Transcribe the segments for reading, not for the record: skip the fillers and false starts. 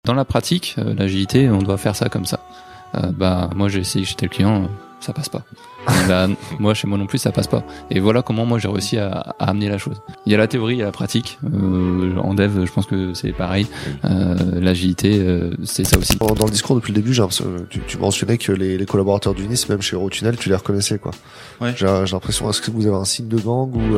Dans la pratique, l'agilité, on doit faire ça comme ça. Moi j'ai essayé chez tel client, ça passe pas. Moi chez moi non plus ça passe pas. Et voilà comment moi j'ai réussi à amener la chose. Il y a la théorie, il y a la pratique. En dev, je pense que c'est pareil. L'agilité, c'est ça aussi. Dans le discours depuis le début, tu mentionnais que les collaborateurs d'Unis, même chez Eurotunnel, tu les reconnaissais quoi. Ouais. J'ai l'impression, est-ce que vous avez un signe de gang ou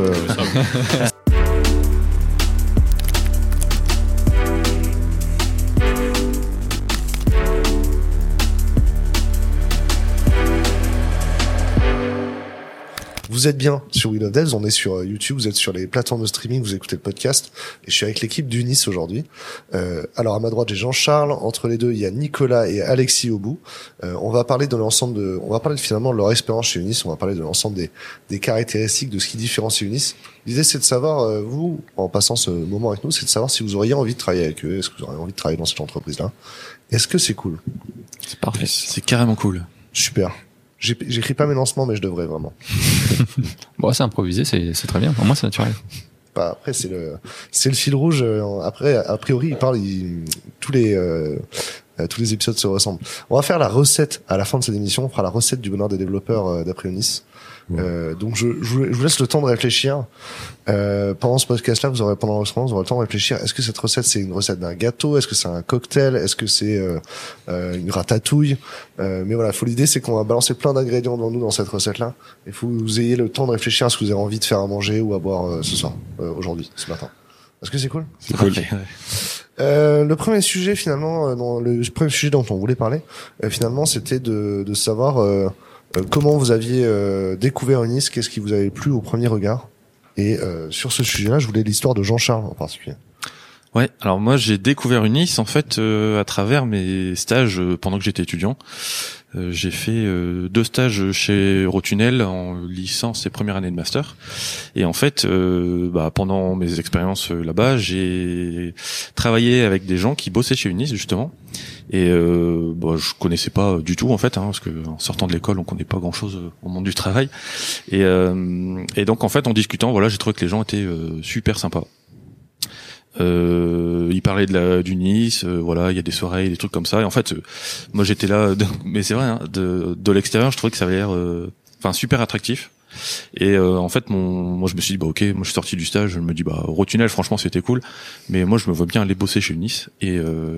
Vous êtes bien sur We Love Devs, on est sur YouTube, vous êtes sur les plateformes de streaming, vous écoutez le podcast, et je suis avec l'équipe d'Unis aujourd'hui. Alors à ma droite j'ai Jean-Charles, entre les deux il y a Nicolas et Alexis au bout. On va parler finalement de leur expérience chez Unis, on va parler de l'ensemble des caractéristiques de ce qui différencie Unis. L'idée c'est de savoir, vous, en passant ce moment avec nous, c'est de savoir si vous auriez envie de travailler avec eux, est-ce que vous auriez envie de travailler dans cette entreprise-là. Est-ce que c'est cool? C'est parfait. C'est carrément cool. Super. J'écris pas mes lancements, mais je devrais vraiment. Bon, c'est improvisé, c'est très bien. Pour moi, c'est naturel. Après, c'est le fil rouge. Après, a priori, tous les épisodes se ressemblent. On va faire la recette à la fin de cette émission. On fera la recette du bonheur des développeurs d'après Unis. Donc je vous laisse le temps de réfléchir. Pendant ce podcast-là, pendant l'enregistrement, vous aurez le temps de réfléchir. Est-ce que cette recette c'est une recette d'un gâteau? Est-ce que c'est un cocktail? Est-ce que c'est une ratatouille? Mais voilà, l'idée c'est qu'on va balancer plein d'ingrédients devant nous dans cette recette-là. Il faut que vous ayez le temps de réfléchir à ce que vous avez envie de faire à manger ou à boire ce soir, aujourd'hui, ce matin. Est-ce que c'est cool? C'est cool. Le premier sujet finalement, le premier sujet dont on voulait parler, finalement, c'était de savoir comment vous aviez découvert Unis, qu'est-ce qui vous avait plu au premier regard. Et sur ce sujet-là, je voulais l'histoire de Jean-Charles en particulier. Ouais, alors moi j'ai découvert Unis en fait à travers mes stages pendant que j'étais étudiant. J'ai fait 2 stages chez Eurotunnel en licence et première année de master. Et en fait, pendant mes expériences là-bas, j'ai travaillé avec des gens qui bossaient chez Unis justement. Et je connaissais pas du tout en fait, parce que en sortant de l'école, on connaît pas grand-chose au monde du travail. Et donc en fait, en discutant, voilà, j'ai trouvé que les gens étaient super sympas. Il parlait du Nice, voilà, il y a des soirées, des trucs comme ça. Et en fait, moi j'étais là, mais c'est vrai, de l'extérieur, je trouvais que ça avait l'air, super attractif. Et en fait, moi je me suis dit ok, moi je suis sorti du stage, je me dis Eurotunnel, franchement c'était cool, mais moi je me vois bien aller bosser chez Unis. Et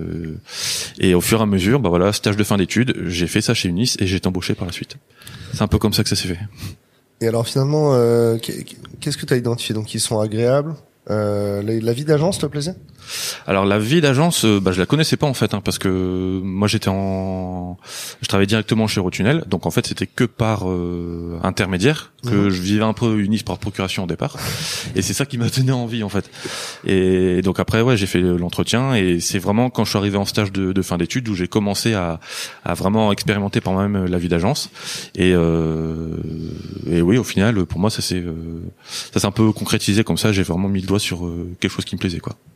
au fur et à mesure, stage de fin d'études, j'ai fait ça chez Unis et j'ai été embauché par la suite. C'est un peu comme ça que ça s'est fait. Et alors finalement, qu'est-ce que tu as identifié? Donc ils sont agréables. La vie d'agence te plaisait? Alors la vie d'agence, je la connaissais pas en fait, parce que moi je travaillais directement chez Eurotunnel, donc en fait c'était que par intermédiaire que je vivais un peu Unis par procuration au départ, et c'est ça qui m'a donné envie en fait. Et donc après j'ai fait l'entretien, et c'est vraiment quand je suis arrivé en stage de fin d'études où j'ai commencé à vraiment expérimenter par moi-même la vie d'agence. Et oui, au final pour moi ça s'est un peu concrétisé comme ça. J'ai vraiment mis le doigt sur quelque chose qui me plaisait quoi.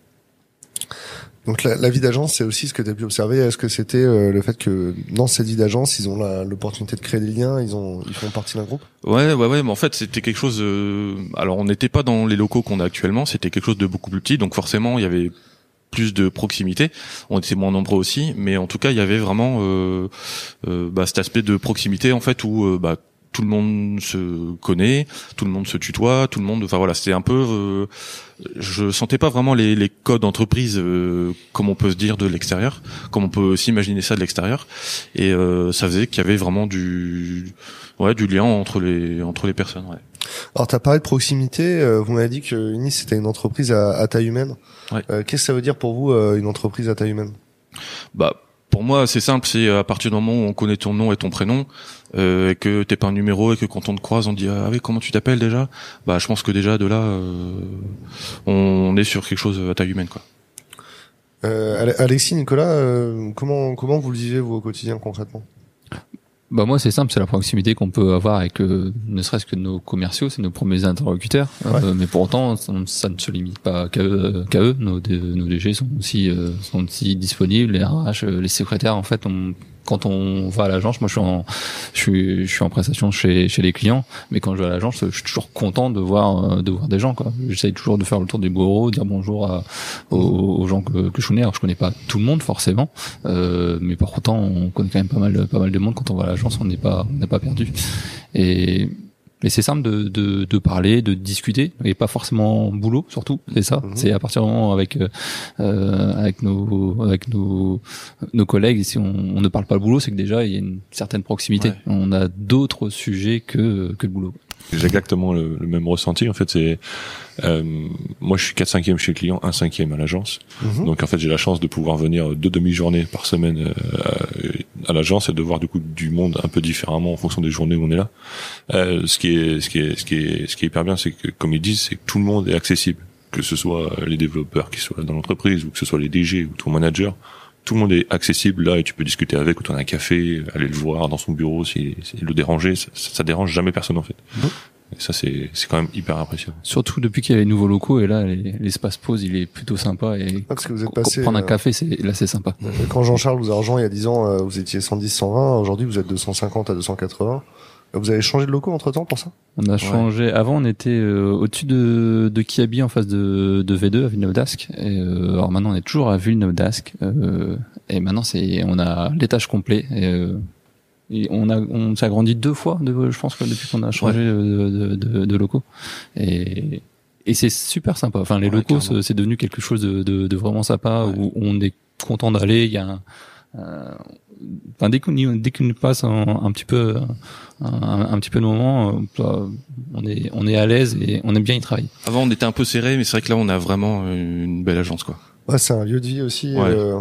Donc la vie d'agence, c'est aussi ce que tu as pu observer. Est-ce que c'était le fait que dans cette vie d'agence, ils ont l'opportunité de créer des liens, ils font partie d'un groupe? Ouais, mais en fait, c'était quelque chose alors on n'était pas dans les locaux qu'on a actuellement, c'était quelque chose de beaucoup plus petit, donc forcément, il y avait plus de proximité. On était moins nombreux aussi, mais en tout cas, il y avait vraiment cet aspect de proximité en fait où tout le monde se connaît, tout le monde se tutoie, tout le monde, c'était un peu je sentais pas vraiment les codes d'entreprise comme on peut se dire de l'extérieur, comme on peut s'imaginer ça de l'extérieur, et ça faisait qu'il y avait vraiment du lien entre les personnes. Ouais. Alors t'as parlé de proximité, vous m'avez dit que Unis c'était une entreprise à taille humaine. Ouais. Qu'est-ce que ça veut dire pour vous une entreprise à taille humaine? Pour moi, c'est simple, c'est à partir du moment où on connaît ton nom et ton prénom, et que t'es pas un numéro, et que quand on te croise, on te dit ah oui, comment tu t'appelles déjà? Je pense que déjà de là, on est sur quelque chose à taille humaine quoi. Alexis, Nicolas, comment vous le vivez vous au quotidien concrètement? Moi c'est simple, c'est la proximité qu'on peut avoir avec ne serait-ce que nos commerciaux, c'est nos premiers interlocuteurs. Ouais. Mais pour autant ça ne se limite pas qu'à eux. Nos DG sont aussi disponibles, les RH, les secrétaires en fait quand on va à l'agence, moi je suis en prestation chez les clients, mais quand je vais à l'agence, je suis toujours content de voir des gens, quoi. J'essaye toujours de faire le tour des bureaux, dire bonjour aux gens que je connais. Alors je connais pas tout le monde forcément, mais par contre on connaît quand même pas mal de monde. Quand on va à l'agence, on n'est pas perdu. Et c'est simple de parler, de discuter, et pas forcément boulot, surtout. C'est ça. C'est à partir du moment avec nos collègues, et si on ne parle pas le boulot, c'est que déjà il y a une certaine proximité. Ouais. On a d'autres sujets que le boulot. J'ai exactement le même ressenti. En fait, c'est moi je suis 4/5e chez le client, 1/5e à l'agence. Donc en fait, j'ai la chance de pouvoir venir 2 demi-journées par semaine à l'agence et de voir du coup du monde un peu différemment en fonction des journées où on est là. Ce qui est hyper bien, c'est que comme ils disent, c'est que tout le monde est accessible, que ce soit les développeurs qui soient dans l'entreprise ou que ce soit les DG ou ton manager. Tout le monde est accessible là et tu peux discuter avec ou tourner un café, aller le voir dans son bureau s'il le déranger, ça dérange jamais personne en fait. Et ça c'est quand même hyper impressionnant. Surtout depuis qu'il y a les nouveaux locaux et là l'espace pause il est plutôt sympa et parce que vous êtes passé, prendre un café c'est sympa. Quand Jean-Charles vous a rejoint il y a 10 ans, vous étiez 110-120, aujourd'hui vous êtes 250 à 280. Vous avez changé de locaux entre-temps pour ça? On a changé. Avant, on était au-dessus de Kiabi, en face de V2 à Villeneuve-d'Ascq. Et alors maintenant, on est toujours à Villeneuve-d'Ascq. Et maintenant, on a l'étage complet. Et on s'est agrandi 2 fois, je pense, depuis qu'on a changé de locaux. Et c'est super sympa. Enfin, les locaux, c'est devenu quelque chose de vraiment sympa où on est content d'aller. Il y a enfin dès qu'on passe un petit peu de moment, on est à l'aise et on aime bien y travailler. Avant on était un peu serré, mais c'est vrai que là on a vraiment une belle agence quoi. Ouais, c'est un lieu de vie aussi.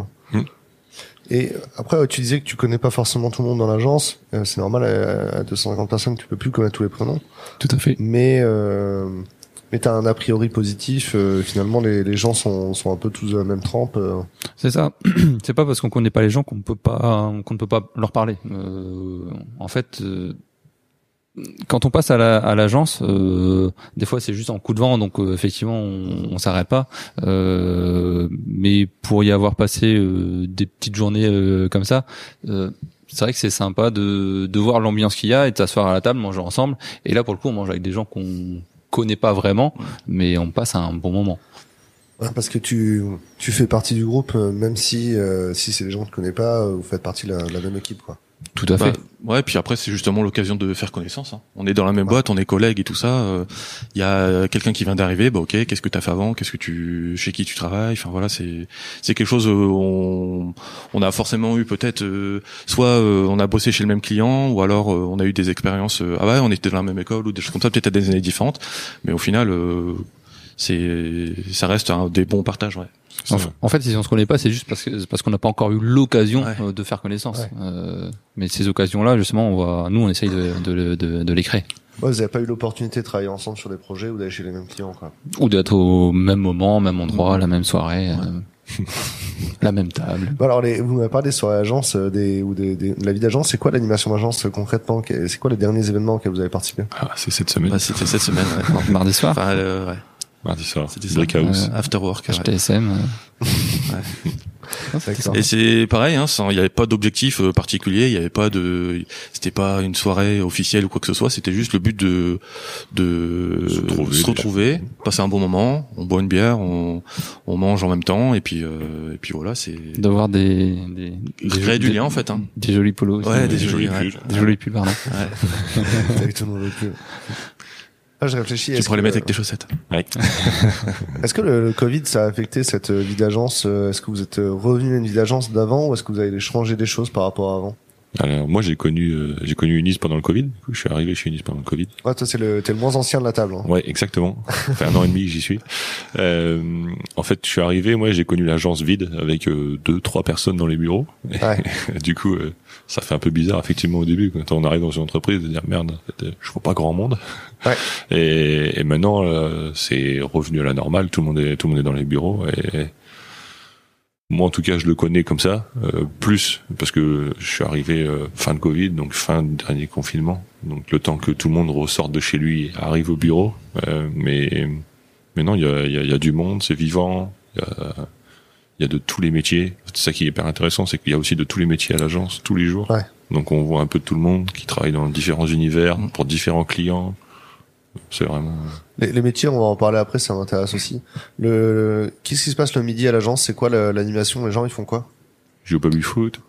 Et après tu disais que tu connais pas forcément tout le monde dans l'agence, c'est normal, à 250 personnes tu peux plus connaître tous les prénoms. Tout à fait. Mais t'as un a priori positif, finalement les gens sont un peu tous de la même trempe. C'est ça. C'est pas parce qu'on connaît pas les gens qu'on ne peut pas leur parler. En fait, quand on passe à l'agence, des fois c'est juste en coup de vent, donc effectivement on s'arrête pas. Mais pour y avoir passé des petites journées comme ça, c'est vrai que c'est sympa de voir l'ambiance qu'il y a et de s'asseoir à la table, manger ensemble. Et là pour le coup on mange avec des gens qu'on connaît pas vraiment, mais on passe un bon moment. Ouais, parce que tu fais partie du groupe, même si c'est des gens que tu connais pas, vous faites partie de la même équipe, quoi. Tout à fait. Ouais, puis après c'est justement l'occasion de faire connaissance. Hein. On est dans la même boîte, on est collègues et tout ça. Il y a quelqu'un qui vient d'arriver, bah ok, qu'est-ce que t'as fait avant, chez qui tu travailles. Enfin voilà, c'est quelque chose. On a forcément eu peut-être soit on a bossé chez le même client, ou alors on a eu des expériences. On était dans la même école ou des choses comme ça, peut-être à des années différentes. Mais au final, ça reste des bons partages, ouais. En fait, si on se connaît pas, c'est juste parce qu'on n'a pas encore eu l'occasion de faire connaissance. Ouais. Mais ces occasions-là, justement, nous, on essaye de les créer. Ouais, vous n'avez pas eu l'opportunité de travailler ensemble sur des projets ou d'aller chez les mêmes clients, quoi. Ou d'être au même moment, même endroit, la même soirée, la même table. Bon, alors vous m'avez parlé des soirées agence, de la vie d'agence. C'est quoi l'animation d'agence concrètement? C'est quoi les derniers événements auxquels vous avez participé? C'est cette semaine. C'était cette semaine. Mardi soir. Enfin, mardi soir. C'était Break House. After Work. HTSM. Et c'est pareil, hein, il n'y avait pas d'objectif particulier, il y avait pas c'était pas une soirée officielle ou quoi que ce soit, c'était juste le but de se retrouver, passer un bon moment, on boit une bière, on mange en même temps, et puis voilà, c'est d'avoir des créer du lien en fait, hein. Des jolis polos. Ouais, des jolis pulls, pardon. Ouais. Avec tout le monde pull. Je réfléchis. Tu pourrais les mettre avec tes chaussettes. Ouais. Est-ce que le Covid, ça a affecté cette vie d'agence? Est-ce que vous êtes revenu à une vie d'agence d'avant, ou est-ce que vous avez changé des choses par rapport à avant? Alors moi j'ai connu Unis pendant le Covid. Du coup, je suis arrivé chez Unis pendant le Covid. Ouais, toi t'es le moins ancien de la table. Hein. Ouais, exactement. Ça fait 1 an et demi que j'y suis. En fait, je suis arrivé, moi j'ai connu l'agence vide avec 2-3 personnes dans les bureaux. Ouais. Du coup, ça fait un peu bizarre effectivement au début quand on arrive dans une entreprise de dire merde, en fait, je vois pas grand monde. Ouais. Et maintenant c'est revenu à la normale, tout le monde est dans les bureaux et moi en tout cas je le connais comme ça, plus parce que je suis arrivé fin de Covid, donc fin du dernier confinement, donc le temps que tout le monde ressorte de chez lui et arrive au bureau, mais non il y a du monde, c'est vivant, il il y a de tous les métiers. C'est ça qui est hyper intéressant, c'est qu'il y a aussi de tous les métiers à l'agence tous les jours. Ouais. Donc on voit un peu de tout le monde qui travaille dans différents univers pour différents clients. C'est vraiment. Les métiers, on va en parler après, ça m'intéresse aussi. Qu'est-ce qui se passe le midi à l'agence? C'est quoi l'animation? Les gens, ils font quoi? Je joue au baby foot.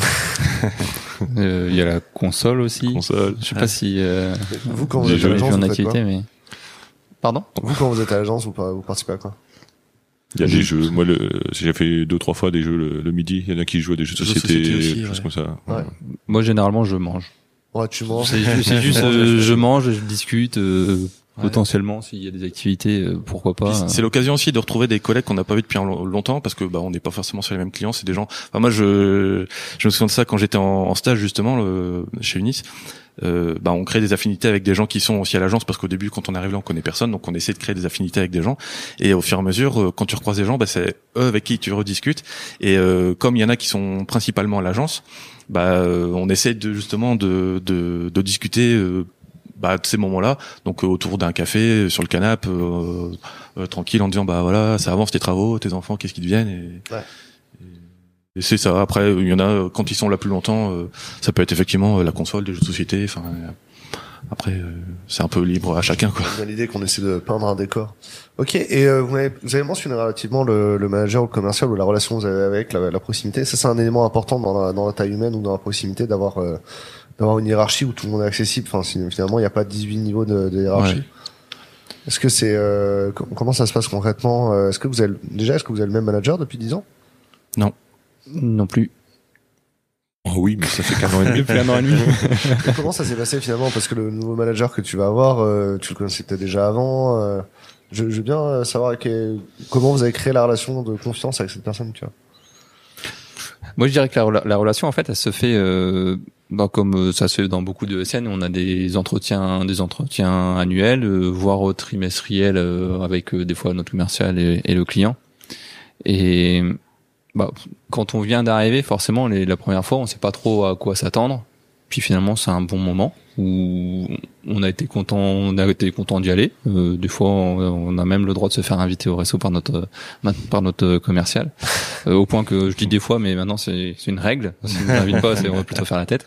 Il y a la console aussi. Console. Je sais pas si vous, quand vous êtes à l'agence, en vous faites activité, quoi? mais pardon. Vous, quand vous êtes à l'agence, vous participez à quoi? Il y a des jeux. Moi, j'ai fait 2-3 fois des jeux le midi. Il y en a qui jouent à des jeux de société, aussi, des choses comme ça. Ouais. Moi, généralement, je mange. Ouais, tu manges. C'est juste, je mange, je discute. Potentiellement, s'il y a des activités, pourquoi pas. Puis c'est l'occasion aussi de retrouver des collègues qu'on n'a pas vu depuis longtemps, parce que on n'est pas forcément sur les mêmes clients. C'est des gens. Enfin, moi, je me souviens de ça quand j'étais en stage justement chez Unis. On crée des affinités avec des gens qui sont aussi à l'agence, parce qu'au début, quand on arrive là, on connaît personne, donc on essaie de créer des affinités avec des gens. Et au fur et à mesure, quand tu recroises des gens, c'est eux avec qui tu rediscutes. Et comme il y en a qui sont principalement à l'agence, on essaie justement de discuter. De ces moments-là, donc autour d'un café, sur le canapé, tranquille, en disant voilà, ça avance tes travaux, tes enfants, qu'est-ce qu'ils deviennent, et c'est ça. Après, il y en a quand ils sont là plus longtemps, ça peut être effectivement la console, des jeux de société. Enfin, après, c'est un peu libre à chacun, quoi. J'ai l'idée qu'on essaie de peindre un décor. Ok. Et vous avez mentionné relativement le manager ou le commercial ou la relation que vous avez avec la proximité. Ça, c'est un élément important dans la taille humaine ou dans la proximité d'avoir une hiérarchie où tout le monde est accessible. Enfin, finalement, il n'y a pas 18 niveaux de hiérarchie. Ouais. Est-ce que c'est comment ça se passe concrètement? Est-ce que vous avez le même manager depuis 10 ans? Non plus. Oh oui, mais ça fait qu'un an et demi. Depuis un an et demi. Comment ça s'est passé finalement? Parce que le nouveau manager que tu vas avoir, tu le connaissais peut-être déjà avant. Je veux bien savoir comment vous avez créé la relation de confiance avec cette personne, tu vois. Moi, je dirais que la relation, en fait, elle se fait comme ça se fait dans beaucoup de SN. On a des entretiens annuels, voire trimestriels, avec des fois notre commercial et le client. Et quand on vient d'arriver, forcément, la première fois, on sait pas trop à quoi s'attendre. Puis finalement, c'est un bon moment où on a été content d'y aller. Des fois, on a même le droit de se faire inviter au resto par notre commercial. Au point que je dis des fois, mais maintenant c'est une règle. Si on n'invite pas, on va plutôt faire la tête.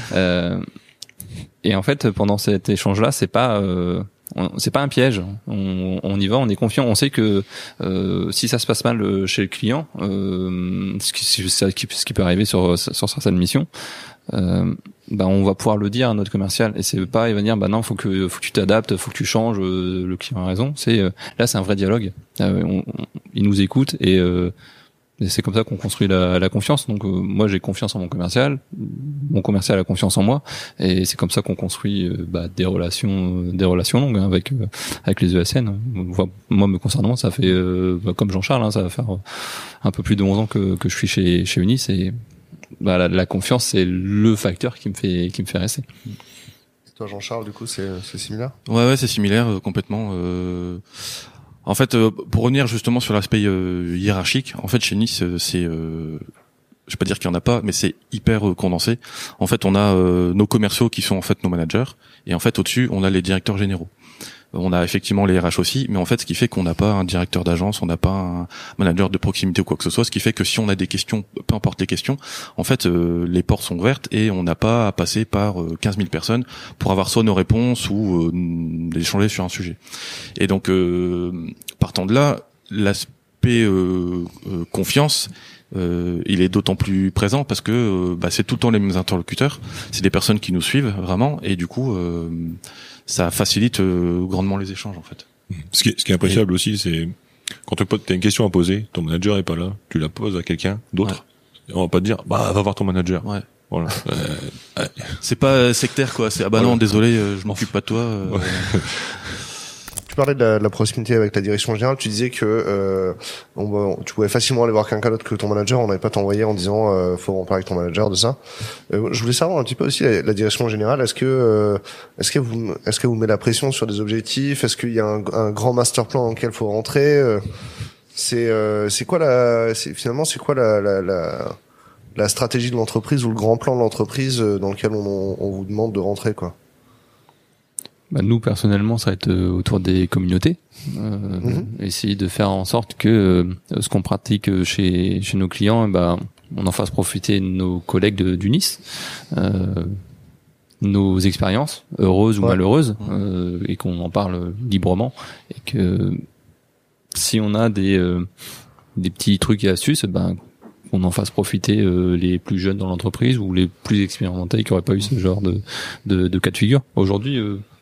Et en fait, pendant cet échange-là, c'est pas un piège. On y va, on est confiant. On sait que si ça se passe mal chez le client, ce qui peut arriver sur certaines missions, on va pouvoir le dire à notre commercial. Et c'est pas, il va dire, non, faut que tu t'adaptes, faut que tu changes. Le client a raison. Là, c'est un vrai dialogue. Il nous écoute et c'est comme ça qu'on construit la confiance. Donc moi j'ai confiance en mon commercial a confiance en moi, et c'est comme ça qu'on construit des relations longues avec les ESN. Moi me concernant, ça fait comme Jean-Charles, ça va faire un peu plus de 11 ans que je suis chez Unis, et la confiance c'est le facteur qui me fait rester. Toi Jean-Charles, du coup c'est similaire? Ouais, c'est similaire complètement. En fait, pour revenir justement sur l'aspect hiérarchique, en fait, chez Nice, je vais pas dire qu'il y en a pas, mais c'est hyper condensé. En fait, on a nos commerciaux qui sont en fait nos managers, et en fait, au-dessus, on a les directeurs généraux. On a effectivement les RH aussi, mais en fait, ce qui fait qu'on n'a pas un directeur d'agence, on n'a pas un manager de proximité ou quoi que ce soit, ce qui fait que si on a des questions, peu importe les questions, en fait, les portes sont ouvertes et on n'a pas à passer par 15 000 personnes pour avoir soit nos réponses ou d'échanger sur un sujet. Et donc, partant de là, l'aspect confiance, il est d'autant plus présent parce que c'est tout le temps les mêmes interlocuteurs, c'est des personnes qui nous suivent vraiment, et du coup ça facilite grandement les échanges en fait. Ce qui est appréciable aussi, c'est quand t'as une question à poser, ton manager est pas là, tu la poses à quelqu'un d'autre. Ouais. On va pas te dire va voir ton manager. Ouais. Voilà. C'est pas sectaire quoi, c'est non désolé, je m'occupe pas de toi. Tu parlais de la proximité avec la direction générale. Tu disais que tu pouvais facilement aller voir quelqu'un d'autre que ton manager. On n'avait pas t'envoyer en disant faut en parler avec ton manager de ça. Je voulais savoir un petit peu aussi la direction générale. Est-ce que vous met la pression sur des objectifs? Est-ce qu'il y a un grand master plan dans lequel faut rentrer? C'est quoi la stratégie de l'entreprise ou le grand plan de l'entreprise dans lequel on vous demande de rentrer, quoi? Nous personnellement, ça va être autour des communautés. Essayer de faire en sorte que ce qu'on pratique chez nos clients, on en fasse profiter nos collègues d'Unis, nos expériences heureuses ou malheureuses, et qu'on en parle librement, et que si on a des petits trucs et astuces, qu'on en fasse profiter les plus jeunes dans l'entreprise ou les plus expérimentés qui auraient pas eu ce genre de cas de figure. Aujourd'hui,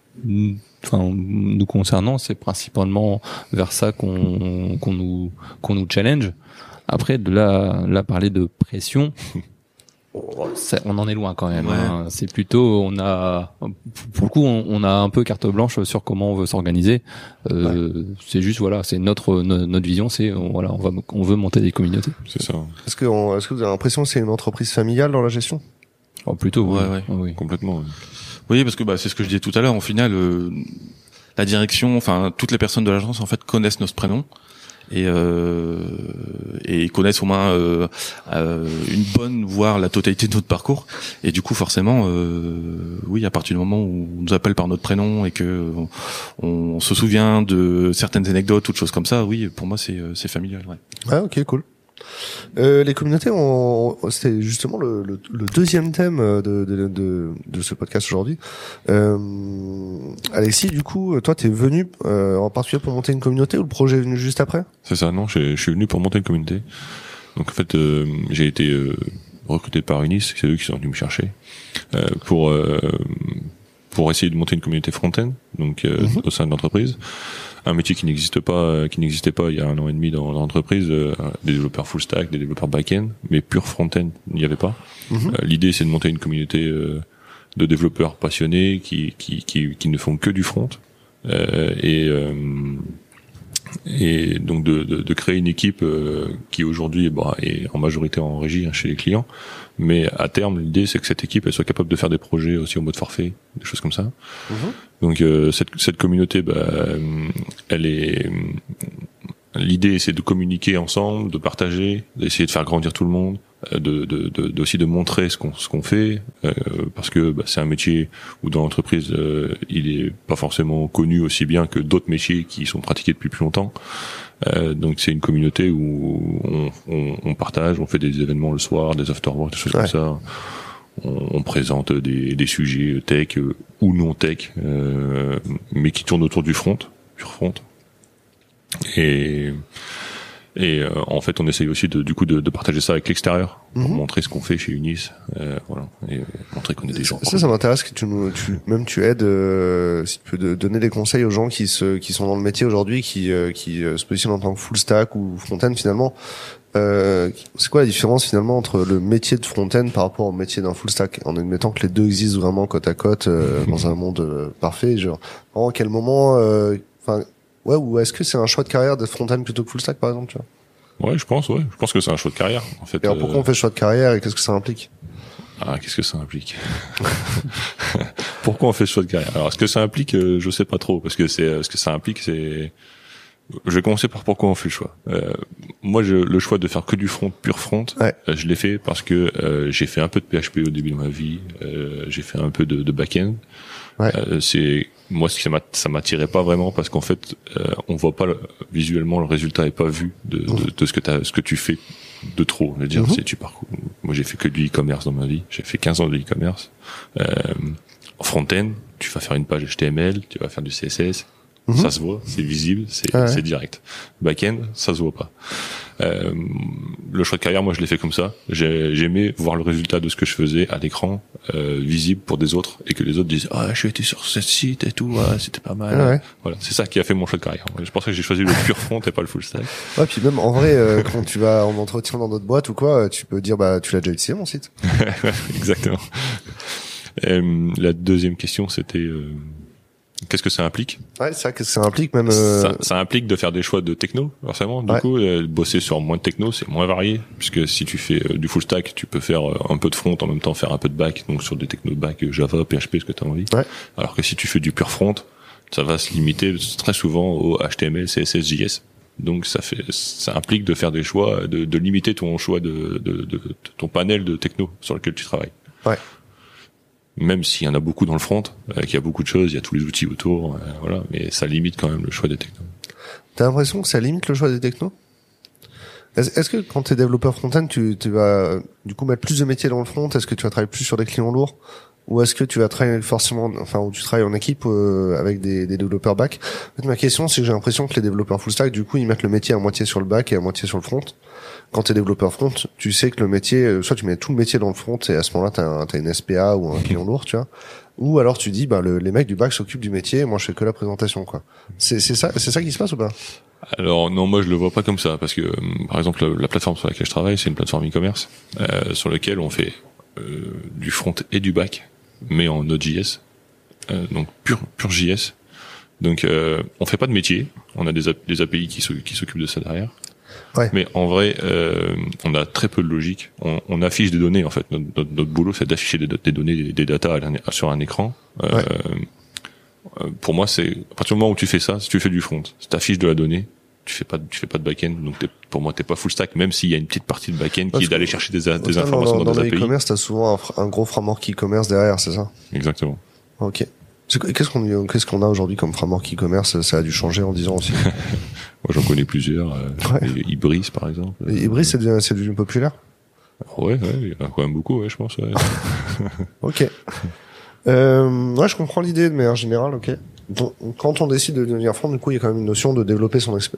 nous concernant, c'est principalement vers ça qu'on nous challenge. Après, de là parler de pression, on en est loin quand même. Hein. C'est plutôt, on a un peu carte blanche sur comment on veut s'organiser. C'est juste, c'est notre vision, c'est on veut monter des communautés. C'est ça. Est-ce que vous avez l'impression que c'est une entreprise familiale dans la gestion? Plutôt, oui. Complètement. Oui. Oui, parce que c'est ce que je disais tout à l'heure. Au final, la direction, toutes les personnes de l'agence en fait connaissent notre prénom. Et connaissent au moins une bonne, voire la totalité de notre parcours. Et du coup, forcément, à partir du moment où on nous appelle par notre prénom et que on se souvient de certaines anecdotes ou de choses comme ça, oui, pour moi, c'est familial. Ouais. Ah, ok, cool. Les communautés, c'était justement le deuxième thème de ce podcast aujourd'hui. Alexis, du coup, toi, t'es venu en particulier pour monter une communauté ou le projet est venu juste après? C'est ça, non, je suis venu pour monter une communauté. Donc en fait, j'ai été recruté par Unis, c'est eux qui sont venus me chercher pour essayer de monter une communauté front-end, donc au sein de l'entreprise. Un métier qui n'existait pas il y a 1 an et demi dans l'entreprise, des développeurs full stack, des développeurs back-end, mais pur front-end, il n'y avait pas. L'idée, c'est de monter une communauté de développeurs passionnés qui ne font que du front, et donc de créer une équipe qui aujourd'hui est en majorité en régie chez les clients, mais à terme l'idée c'est que cette équipe elle soit capable de faire des projets aussi au mode forfait, des choses comme ça. Donc cette communauté l'idée c'est de communiquer ensemble, de partager, d'essayer de faire grandir tout le monde, aussi de montrer ce qu'on fait, parce que c'est un métier où dans l'entreprise il est pas forcément connu aussi bien que d'autres métiers qui sont pratiqués depuis plus longtemps. Donc c'est une communauté où on partage, on fait des événements le soir, des after-work, des choses comme ça. On présente des sujets tech ou non tech, mais qui tournent autour du front, pur front. Et en fait, on essaye aussi de partager ça avec l'extérieur, pour montrer ce qu'on fait chez Unis, et montrer qu'on est des gens. Ça m'intéresse que tu aides, si tu peux donner des conseils aux gens qui sont dans le métier aujourd'hui, qui se positionnent en tant que full stack ou front-end finalement. C'est quoi la différence finalement entre le métier de front-end par rapport au métier d'un full stack, en admettant que les deux existent vraiment côte à côte dans un monde parfait, genre en quel moment, ou est-ce que c'est un choix de carrière d'être front-end plutôt que full stack par exemple, tu vois? Je pense que c'est un choix de carrière en fait. Et alors pourquoi on fait le choix de carrière et qu'est-ce que ça implique? Qu'est-ce que ça implique? Pourquoi on fait ce choix de carrière? Alors, ce que ça implique, je sais pas trop, parce que ce que ça implique, c'est. Je vais commencer par pourquoi on fait le choix. Moi, le choix de faire que du front, pur front, je l'ai fait parce que j'ai fait un peu de PHP au début de ma vie, j'ai fait un peu de back-end. C'est moi ce qui ça m'attirait pas vraiment parce qu'en fait, on voit pas visuellement le résultat est pas vu de ce que tu fais de trop. Je veux dire, c'est tu parcours. Moi, j'ai fait que du e-commerce dans ma vie. J'ai fait 15 ans de e-commerce. En front-end, tu vas faire une page HTML, tu vas faire du CSS. Ça se voit, c'est visible, c'est direct. Back-end, ça se voit pas. Le choix de carrière, moi, je l'ai fait comme ça. J'aimais voir le résultat de ce que je faisais à l'écran, visible pour des autres, et que les autres disent j'ai été sur ce site et tout, c'était pas mal. Voilà, c'est ça qui a fait mon choix de carrière. Je pensais que j'ai choisi le pur front et pas le full stack. Puis même en vrai, quand tu vas en entretien dans notre boîte ou quoi, tu peux dire tu l'as déjà utilisé mon site. Exactement. La deuxième question, c'était qu'est-ce que ça implique? C'est ça, qu'est-ce que ça implique même ça implique de faire des choix de techno, forcément. Du coup, bosser sur moins de techno, c'est moins varié, puisque si tu fais du full stack, tu peux faire un peu de front, en même temps faire un peu de back, donc sur des technos back, Java, PHP, ce que tu as envie. Alors que si tu fais du pur front, ça va se limiter très souvent au HTML, CSS, JS. Donc ça implique de faire des choix, de limiter ton choix de ton panel de techno sur lequel tu travailles. Même s'il y en a beaucoup dans le front, qu'il y a beaucoup de choses, il y a tous les outils autour, voilà, mais ça limite quand même le choix des technos. T'as l'impression que ça limite le choix des technos? Est-ce que quand t'es développeur front-end, tu vas du coup mettre plus de métiers dans le front? Est-ce que tu vas travailler plus sur des clients lourds? Ou est-ce que tu vas travailler forcément, ou tu travailles en équipe avec des développeurs back? En fait, ma question, c'est que j'ai l'impression que les développeurs full stack, du coup, ils mettent le métier à moitié sur le back et à moitié sur le front. Quand t'es développeur front, tu sais que le métier, soit tu mets tout le métier dans le front et à ce moment-là, t'as une SPA ou un client lourd, tu vois. Ou alors tu dis, les mecs du back s'occupent du métier, moi je fais que la présentation, quoi. C'est ça qui se passe ou pas? Alors non, moi je le vois pas comme ça, parce que par exemple la plateforme sur laquelle je travaille, c'est une plateforme e-commerce sur laquelle on fait du front et du back, mais en Node.js, donc pur JS. Donc on fait pas de métier, on a des API qui s'occupent de ça derrière. Ouais. Mais en vrai, on a très peu de logique. On affiche des données en fait. Notre boulot, c'est d'afficher des données, des datas sur un écran. Ouais. Pour moi, c'est à partir du moment où tu fais ça, si tu fais du front, si t'affiches de la donnée, tu fais pas de back-end. Donc pour moi, t'es pas full stack, même s'il y a une petite partie de back-end qui est d'aller chercher des informations dans des API. Dans l'e-commerce, t'as souvent un gros framework e-commerce derrière, c'est ça? Exactement. Ok. Qu'est-ce qu'on a aujourd'hui comme framework e-commerce? Ça a dû changer en 10 ans aussi. Moi, j'en connais plusieurs. Ibris, par exemple. Ibris, c'est devenu populaire? Ouais, il y en a quand même beaucoup, ouais, je pense. Ouais. Ok. Ouais, je comprends l'idée de manière générale. Ok. Donc, quand on décide de devenir front, du coup, il y a quand même une notion de développer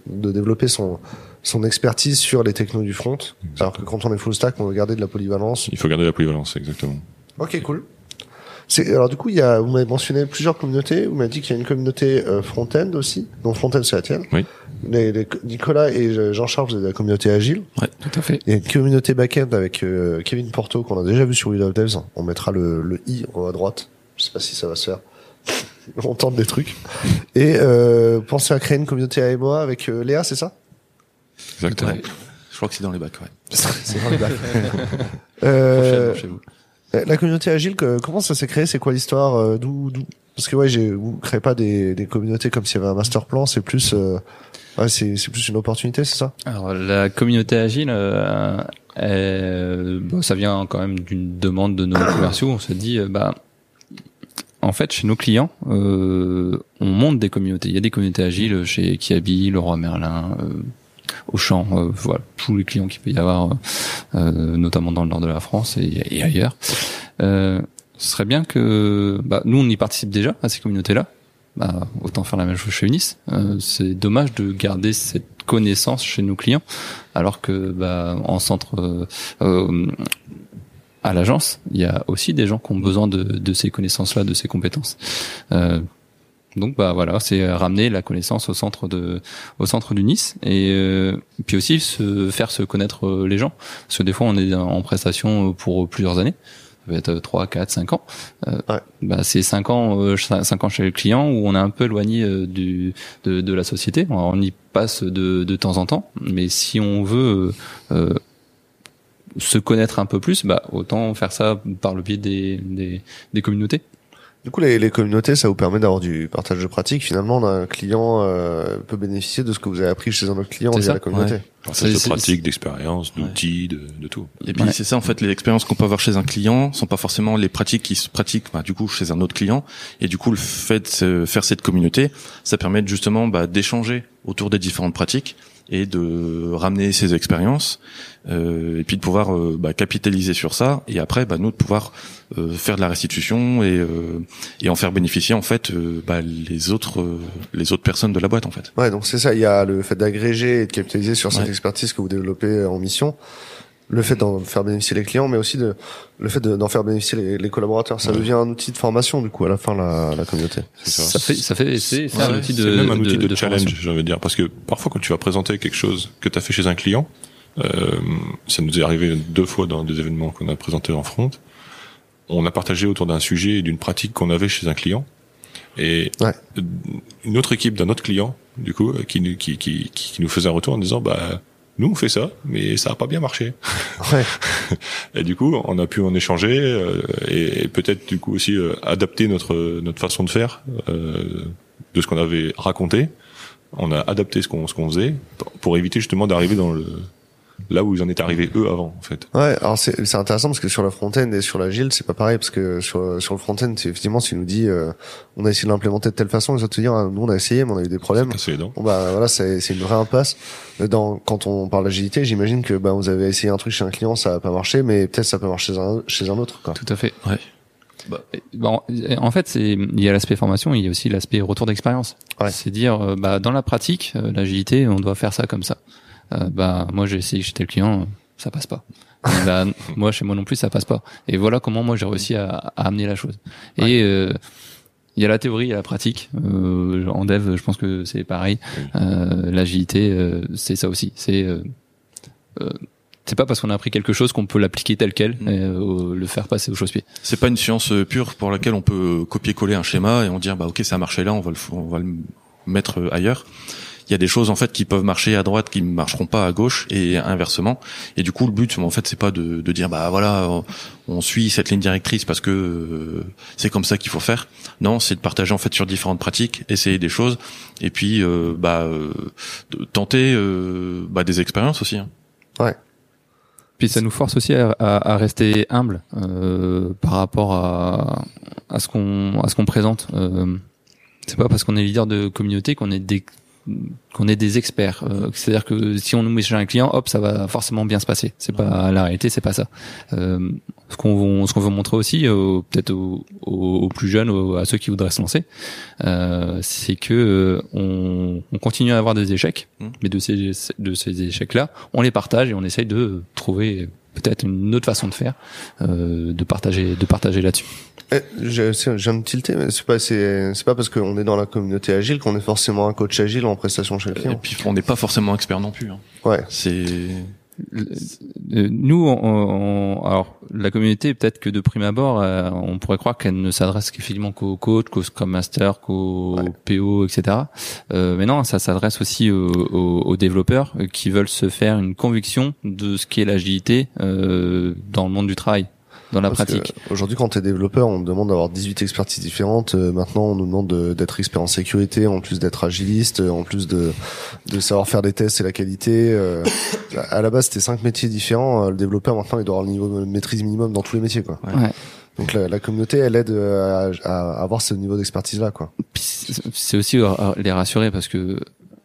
son expertise sur les technos du front. Exactement. Alors que quand on est full stack, on veut garder de la polyvalence. Il faut garder la polyvalence, exactement. Ok, cool. Alors du coup, vous m'avez mentionné plusieurs communautés. Vous m'avez dit qu'il y a une communauté front-end aussi. Donc front-end, c'est la tienne. Oui. Nicolas et Jean-Charles, vous êtes de la communauté agile. Ouais, tout à fait. Il y a une communauté back-end avec Kevin Porto qu'on a déjà vu sur We Love Devs. On mettra le i en haut à droite. Je sais pas si ça va se faire. On tente des trucs. Et pensez à créer une communauté AMOA avec Léa, c'est ça? Exactement. Ouais. Je crois que c'est dans les bacs, ouais. C'est dans les bacs. Prochainement chez vous. La communauté agile, comment ça s'est créé? C'est quoi l'histoire? D'où Parce que vous créez pas des communautés comme s'il y avait un master plan. C'est plus, c'est plus une opportunité, c'est ça? Alors la communauté agile, ça vient quand même d'une demande de nos commerciaux. On se dit, en fait, chez nos clients, on monte des communautés. Il y a des communautés agiles chez Kiabi, Leroy Merlin, Auchan, voilà, tous les clients qu'il peut y avoir, notamment dans le nord de la France et ailleurs. Ce serait bien que, nous, on y participe déjà à ces communautés-là. Autant faire la même chose chez Unis. C'est dommage de garder cette connaissance chez nos clients, alors que, en centre, à l'agence, il y a aussi des gens qui ont besoin de ces connaissances-là, de ces compétences. Donc voilà, c'est ramener la connaissance au centre du Nice et puis aussi faire se connaître les gens, parce que des fois on est en prestation pour plusieurs années, ça peut être 3, 4, 5 ans. C'est 5 ans chez le client où on est un peu éloigné de la société. On y passe de temps en temps, mais si on veut se connaître un peu plus, autant faire ça par le biais des communautés. Du coup, les communautés, ça vous permet d'avoir du partage de pratiques. Finalement, un client peut bénéficier de ce que vous avez appris chez un autre client via la communauté. Ouais. Partage de pratiques, d'expériences, d'outils, de tout. Et puis c'est ça, en fait, les expériences qu'on peut avoir chez un client sont pas forcément les pratiques qui se pratiquent du coup chez un autre client. Et du coup, le fait de faire cette communauté, ça permet justement d'échanger autour des différentes pratiques et de ramener ses expériences et puis de pouvoir capitaliser sur ça et après nous de pouvoir faire de la restitution et en faire bénéficier en fait les autres personnes de la boîte en fait. Ouais, donc c'est ça, il y a le fait d'agréger et de capitaliser sur cette expertise que vous développez en mission, le fait d'en faire bénéficier les clients, mais aussi le fait d'en faire bénéficier les collaborateurs. Ça devient un outil de formation du coup à la fin la communauté. C'est un outil de même un outil de challenge, formation. je veux dire, parce que parfois quand tu vas présenter quelque chose que tu as fait chez un client, ça nous est arrivé 2 fois dans des événements qu'on a présentés en front. On a partagé autour d'un sujet et d'une pratique qu'on avait chez un client. Et une autre équipe d'un autre client, du coup, qui nous faisait un retour en disant, nous on fait ça, mais ça a pas bien marché. Ouais. Et du coup, on a pu en échanger et peut-être du coup aussi adapter notre façon de faire de ce qu'on avait raconté. On a adapté ce qu'on faisait pour éviter justement d'arriver là où ils en étaient arrivés eux avant, en fait. Ouais, alors c'est intéressant parce que sur le front-end et sur l'agile, c'est pas pareil parce que sur le front-end, c'est effectivement s'il nous dit on a essayé de l'implémenter de telle façon, les autres te dire nous on a essayé mais on a eu des problèmes. C'est bon, voilà, c'est une vraie impasse. Quand on parle d'agilité, j'imagine que vous avez essayé un truc chez un client, ça a pas marché, mais peut-être ça peut marcher chez un autre, quoi. Tout à fait. Ouais. En fait, il y a l'aspect formation, il y a aussi l'aspect retour d'expérience. Ouais. C'est dire, dans la pratique, l'agilité, on doit faire ça comme ça. Moi, j'ai essayé chez tel client, ça passe pas. Moi, chez moi non plus, ça passe pas. Et voilà comment moi j'ai réussi à amener la chose. Ouais. Et il y a la théorie, il y a la pratique. En dev, je pense que c'est pareil. L'agilité, c'est ça aussi. C'est pas parce qu'on a appris quelque chose qu'on peut l'appliquer tel quel et le faire passer au chausse-pied. C'est pas une science pure pour laquelle on peut copier-coller un schéma et on dire ok ça a marché là, on va le mettre ailleurs. Il y a des choses en fait qui peuvent marcher à droite qui ne marcheront pas à gauche et inversement. Et du coup le but en fait c'est pas de dire voilà on suit cette ligne directrice parce que c'est comme ça qu'il faut faire. Non, c'est de partager en fait sur différentes pratiques, essayer des choses et puis tenter des expériences aussi. Hein. Ouais. Puis ça nous force aussi à rester humble par rapport à ce qu'on présente. C'est pas parce qu'on est leader de communauté qu'on est des experts. C'est-à-dire que si on nous met chez un client, hop, ça va forcément bien se passer. C'est pas la réalité, c'est pas ça. Ce qu'on veut montrer aussi, peut-être aux plus jeunes, à ceux qui voudraient se lancer, c'est que on continue à avoir des échecs, mais de ces échecs-là, on les partage et on essaye de trouver peut-être une autre façon de faire, de partager là-dessus. Je viens de tilter, mais c'est pas parce qu'on est dans la communauté agile qu'on est forcément un coach agile en prestation chez le client. Et puis on n'est pas forcément expert non plus. Hein. Ouais. Nous, alors la communauté, peut-être que de prime abord, on pourrait croire qu'elle ne s'adresse qu'effectivement qu'aux coachs, qu'aux Scrum Masters, qu'aux PO, etc. Mais non, ça s'adresse aussi aux développeurs qui veulent se faire une conviction de ce qu'est l'agilité dans le monde du travail. Dans la pratique. Aujourd'hui, quand t'es développeur, on te demande d'avoir 18 expertises différentes. Maintenant, on nous demande d'être expert en sécurité, en plus d'être agiliste, en plus de savoir faire des tests et la qualité. À la base, c'était 5 métiers différents. Le développeur, maintenant, il doit avoir le niveau de maîtrise minimum dans tous les métiers, quoi. Ouais. Donc la communauté, elle aide à avoir ce niveau d'expertise-là, quoi. Puis c'est aussi les rassurer parce que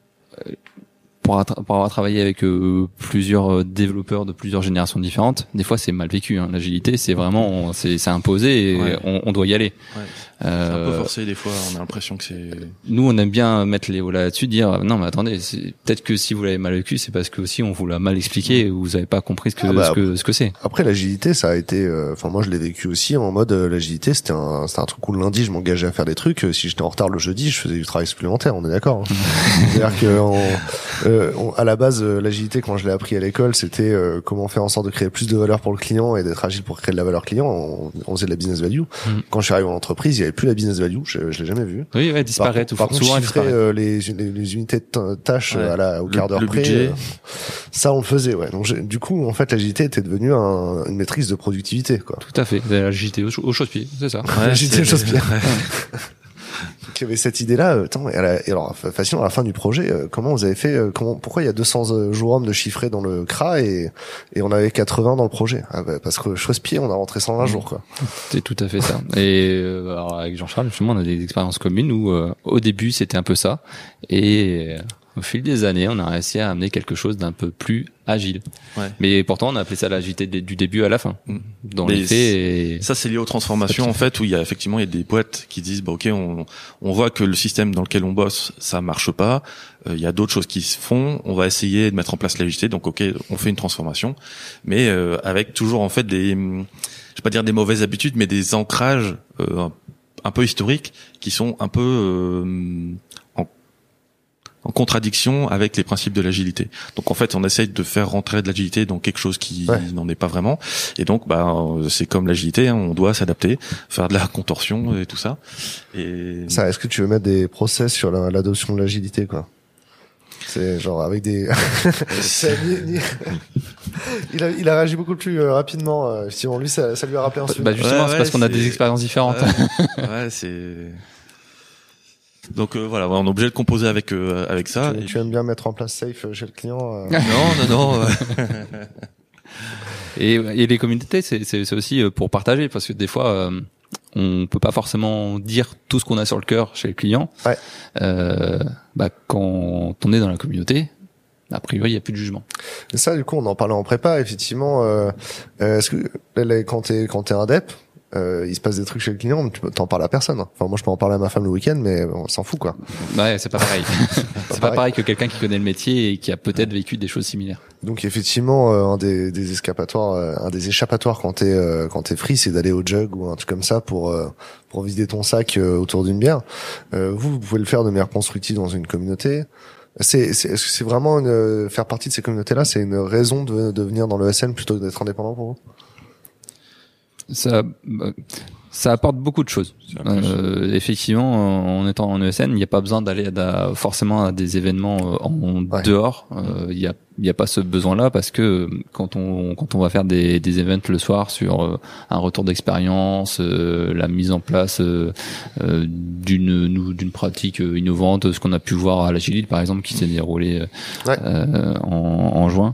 pour avoir travaillé avec plusieurs développeurs de plusieurs générations différentes, des fois c'est mal vécu. Hein. L'agilité, c'est vraiment, c'est imposé et on doit y aller. Ouais. C'est un peu forcé des fois. On a l'impression que c'est. Nous, on aime bien mettre les hauts là-dessus, dire non, mais attendez, peut-être que si vous l'avez mal vécu, c'est parce que aussi on vous l'a mal expliqué ou vous avez pas compris ce que c'est. Après, l'agilité, ça a été. Moi, je l'ai vécu aussi en mode l'agilité, c'était un truc où le lundi, je m'engageais à faire des trucs. Si j'étais en retard le jeudi, je faisais du travail supplémentaire. On est d'accord. Hein. C'est-à-dire que à la base, l'agilité, quand je l'ai appris à l'école, c'était comment faire en sorte de créer plus de valeur pour le client et d'être agile pour créer de la valeur client. On faisait de la business value. Quand je suis arrivé en entreprise, il y avait plus la business value. Je l'ai jamais vu. Oui, ouais, disparaît. Par contre, chiffrer les unités de tâches au quart d'heure près. Ça, on le faisait. Ouais. Donc, du coup, en fait, l'agilité était devenue une maîtrise de productivité, quoi. Tout à fait. L'agilité au chausse-pied, c'est ça. Ouais, l'agilité au chausse-pied. Donc, il y avait cette idée-là. Et alors, facilement, à la fin du projet, comment vous avez fait, pourquoi il y a 200 jours hommes de chiffrés dans le CRA et on avait 80 dans le projet? Parce que chausse-pied, on a rentré 120 jours, quoi. C'est tout à fait ça. Et, alors, avec Jean-Charles, justement, on a des expériences communes où, au début, c'était un peu ça. Et, au fil des années, on a réussi à amener quelque chose d'un peu plus agile. Ouais. Mais pourtant, on a appelé ça l'agilité du début à la fin. Dans les faits. Ça, c'est lié aux transformations, en fait, où il y a des boîtes qui disent, ok, on voit que le système dans lequel on bosse, ça marche pas. Il y a d'autres choses qui se font. On va essayer de mettre en place l'agilité. Donc, ok, on fait une transformation. Mais, avec toujours, en fait, je vais pas dire des mauvaises habitudes, mais des ancrages, un peu historiques qui sont un peu, en contradiction avec les principes de l'agilité. Donc en fait, on essaye de faire rentrer de l'agilité dans quelque chose qui n'en est pas vraiment. Et donc, c'est comme l'agilité, hein, on doit s'adapter, faire de la contorsion et tout ça. Et ça, est-ce que tu veux mettre des process sur l'adoption de l'agilité, quoi? C'est genre avec des. Il a réagi beaucoup plus rapidement. Effectivement, lui, ça lui a rappelé un sujet. Justement, c'est parce qu'on a des expériences différentes. Ouais, c'est. Donc voilà, on est obligé de composer avec ça. Tu aimes bien mettre en place safe chez le client Non. Et les communautés, c'est aussi pour partager, parce que des fois, on peut pas forcément dire tout ce qu'on a sur le cœur chez le client. Ouais. Quand on est dans la communauté, a priori, il y a plus de jugement. Et ça, du coup, on en parlait en prépa. Effectivement, est-ce que quand t'es un dep, il se passe des trucs chez le client, tu t'en parles à personne. Enfin, moi, je peux en parler à ma femme le week-end, mais on s'en fout, quoi. Ouais, c'est pas pareil. C'est pas pareil que quelqu'un qui connaît le métier et qui a peut-être vécu des choses similaires. Donc, effectivement, un des échappatoires quand t'es free, c'est d'aller au jug ou un truc comme ça pour vider ton sac autour d'une bière. Vous pouvez le faire de manière constructive dans une communauté. Est-ce que c'est vraiment faire partie de ces communautés-là, c'est une raison de venir dans le SN plutôt que d'être indépendant pour vous? Ça apporte beaucoup de choses. Effectivement, en étant en ESN, il n'y a pas besoin d'aller forcément à des événements dehors. Il y a pas ce besoin-là, parce que quand on va faire des events le soir sur un retour d'expérience, la mise en place d'une pratique innovante, ce qu'on a pu voir à l'Agilite par exemple, qui s'est déroulé en juin.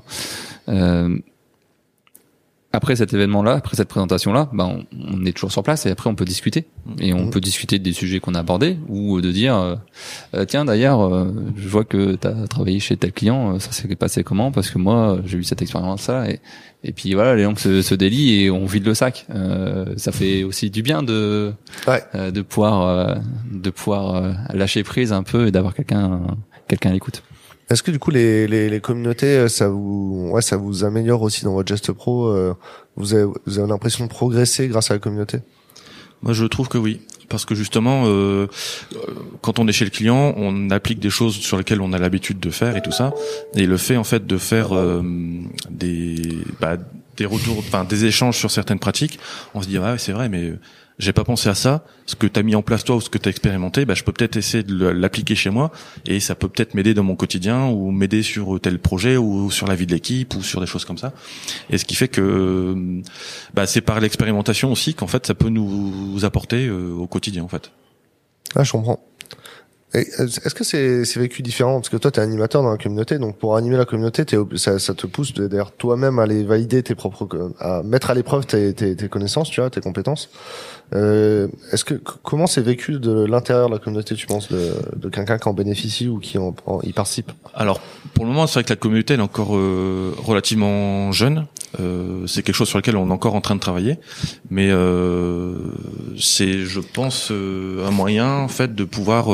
Après cet événement-là, après cette présentation-là, on est toujours sur place et après on peut discuter. Et on peut discuter des sujets qu'on a abordés, ou de dire tiens d'ailleurs, je vois que tu as travaillé chez tel client, ça s'est passé comment? Parce que moi j'ai eu cette expérience-là. Et puis voilà, les langues se délient et on vide le sac. Ça fait aussi du bien de pouvoir lâcher prise un peu et d'avoir quelqu'un à l'écoute. Est-ce que du coup les communautés ça vous améliore aussi dans votre geste pro, vous avez l'impression de progresser grâce à la communauté? Moi je trouve que oui, parce que justement quand on est chez le client, on applique des choses sur lesquelles on a l'habitude de faire et tout ça, et le fait en fait de faire des retours, enfin des échanges sur certaines pratiques, on se dit ouais c'est vrai, mais j'ai pas pensé à ça, ce que t'as mis en place toi ou ce que t'as expérimenté, je peux peut-être essayer de l'appliquer chez moi et ça peut peut-être m'aider dans mon quotidien ou m'aider sur tel projet ou sur la vie de l'équipe ou sur des choses comme ça. Et ce qui fait que c'est par l'expérimentation aussi qu'en fait ça peut nous apporter au quotidien en fait. Ah, je comprends. Et est-ce que c'est vécu différent, parce que toi t'es animateur dans la communauté, donc pour animer la communauté ça te pousse d'ailleurs toi-même à aller valider à mettre à l'épreuve tes connaissances, tu vois, tes compétences. Comment c'est vécu de l'intérieur de la communauté, tu penses, de quelqu'un qui en bénéficie ou qui y participe? Alors pour le moment c'est vrai que la communauté elle est encore relativement jeune. C'est quelque chose sur lequel on est encore en train de travailler, mais c'est, je pense, un moyen en fait de pouvoir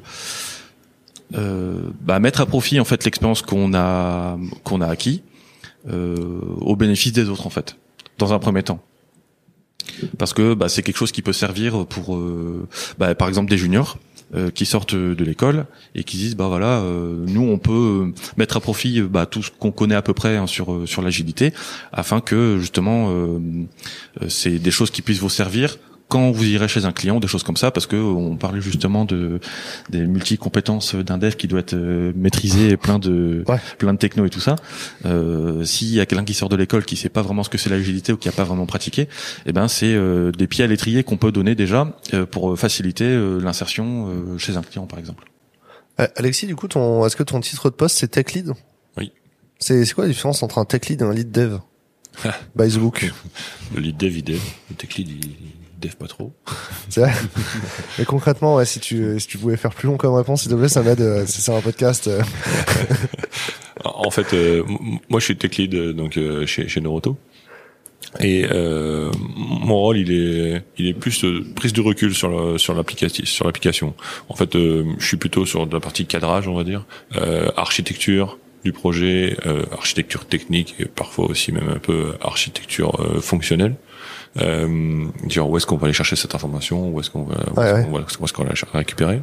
mettre à profit en fait l'expérience qu'on a acquis au bénéfice des autres en fait, dans un premier temps. Parce que c'est quelque chose qui peut servir pour par exemple des juniors qui sortent de l'école et qui disent nous on peut mettre à profit tout ce qu'on connaît à peu près sur l'agilité, afin que justement c'est des choses qui puissent vous servir quand vous irez chez un client, des choses comme ça, parce que on parlait justement des multi-compétences d'un dev qui doit être maîtrisé, plein de techno et tout ça. S'il y a quelqu'un qui sort de l'école qui sait pas vraiment ce que c'est l'agilité ou qui a pas vraiment pratiqué, c'est des pieds à l'étrier qu'on peut donner déjà pour faciliter l'insertion chez un client par exemple. Alexis, du coup, est-ce que ton titre de poste c'est tech lead? Oui. C'est quoi la différence entre un tech lead et un lead dev? By the book. Le lead dev, il dev. Le tech lead, il dev pas trop. C'est vrai. Mais concrètement, si tu pouvais faire plus long comme réponse, s'il te plaît, ça m'aide. C'est un podcast. En fait, moi, je suis tech lead donc chez Neuroto. Et mon rôle, il est plus prise de recul sur l'application. En fait, je suis plutôt sur de la partie cadrage, on va dire, architecture du projet, architecture technique et parfois aussi même un peu architecture fonctionnelle. Dire où est-ce qu'on va aller chercher cette information, où est-ce qu'on va la récupérer.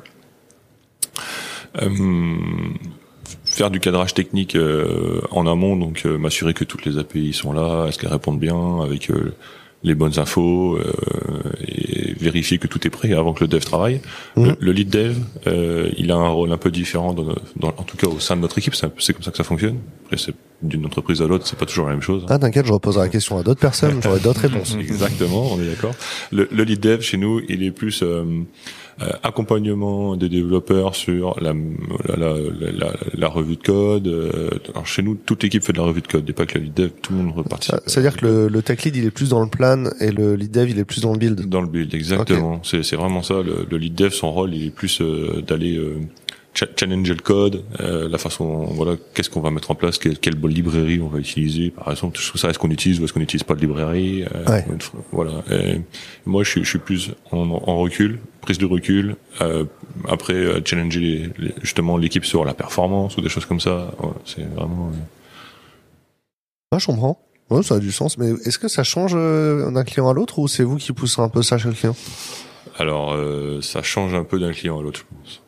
Faire du cadrage technique en amont, donc m'assurer que toutes les API sont là, est-ce qu'elles répondent bien avec les bonnes infos, et vérifier que tout est prêt avant que le dev travaille. Le lead dev, il a un rôle un peu différent en tout cas au sein de notre équipe, c'est comme ça que ça fonctionne. Après, c'est d'une entreprise à l'autre, c'est pas toujours la même chose. Ah, t'inquiète, je reposerai la question à d'autres personnes, j'aurai d'autres réponses. Exactement, on est d'accord. Le lead dev chez nous, il est plus accompagnement des développeurs sur la revue de code. Alors chez nous, toute l'équipe fait de la revue de code, et pas que le lead dev, tout le monde reparticipe. C'est-à-dire que le tech lead, il est plus dans le plan et le lead dev, il est plus dans le build. Dans le build, exactement. Okay. C'est vraiment ça. Le lead dev, son rôle, il est plus d'aller challenger le code, la façon, voilà, qu'est-ce qu'on va mettre en place, quelle bonne librairie on va utiliser, par exemple, tout ça, est-ce qu'on utilise ou est-ce qu'on n'utilise pas de librairie, voilà. Et moi, je suis plus en recul, prise de recul, après challenger justement l'équipe sur la performance ou des choses comme ça. Ouais, c'est vraiment. Je comprends. Ouais, ça a du sens. Mais est-ce que ça change d'un client à l'autre ou c'est vous qui poussez un peu ça chez le client? Alors, ça change un peu d'un client à l'autre, je pense.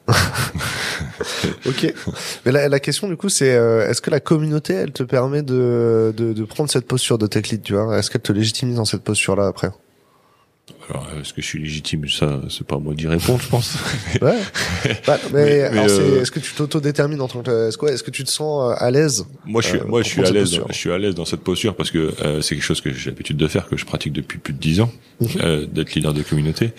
Ok. Mais la question du coup, c'est est-ce que la communauté, elle te permet de prendre cette posture de tech lead, tu vois? Est-ce qu'elle te légitimise dans cette posture-là après? Alors, est-ce que je suis légitime? Ça, c'est pas à moi d'y répondre, je pense. Ouais. Mais alors est-ce que tu t'auto-détermines en tant que, est-ce que tu te sens à l'aise? Moi, je suis à l'aise. Je suis à l'aise dans cette posture parce que c'est quelque chose que j'ai l'habitude de faire, que je pratique depuis plus de 10 ans, d'être leader de communauté.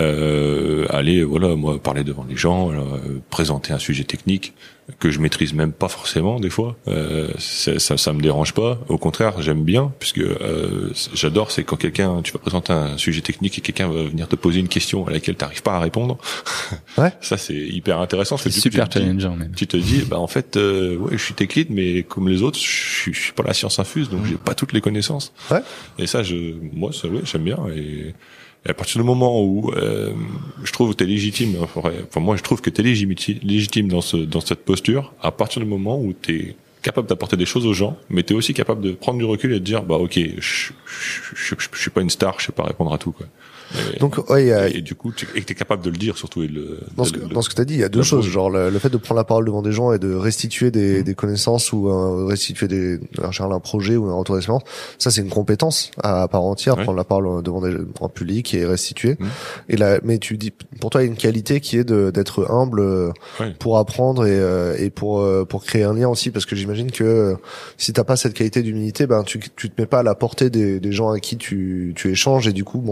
Aller, voilà, moi, parler devant les gens, présenter un sujet technique que je maîtrise même pas forcément des fois. Ça me dérange pas. Au contraire, j'aime bien puisque j'adore, c'est quand tu vas présenter un sujet technique et quelqu'un va venir te poser une question à laquelle t'arrives pas à répondre. Ouais. Ça, c'est hyper intéressant. C'est super challengeant même. Tu te dis, en fait, ouais, je suis tech lead, mais comme les autres, je suis pas la science infuse, donc j'ai pas toutes les connaissances. Ouais. Et ça, ouais, j'aime bien. Et à partir du moment où je trouve que t'es légitime, enfin moi je trouve que t'es légitime dans cette posture, à partir du moment où t'es capable d'apporter des choses aux gens, mais t'es aussi capable de prendre du recul et de dire ok, je suis pas une star, je sais pas répondre à tout quoi. Donc ouais, et du coup t'es capable de le dire surtout dans ce que t'as dit, il y a deux choses, genre le fait de prendre la parole devant des gens et de restituer des connaissances ou restituer un projet ou un retour d'expérience, ça c'est une compétence à part entière, prendre la parole devant un public et restituer. Et mais tu dis pour toi il y a une qualité qui est d'être humble pour apprendre et pour créer un lien aussi, parce que j'imagine que si t'as pas cette qualité d'humilité, tu te mets pas à la portée des gens à qui tu échanges, et du coup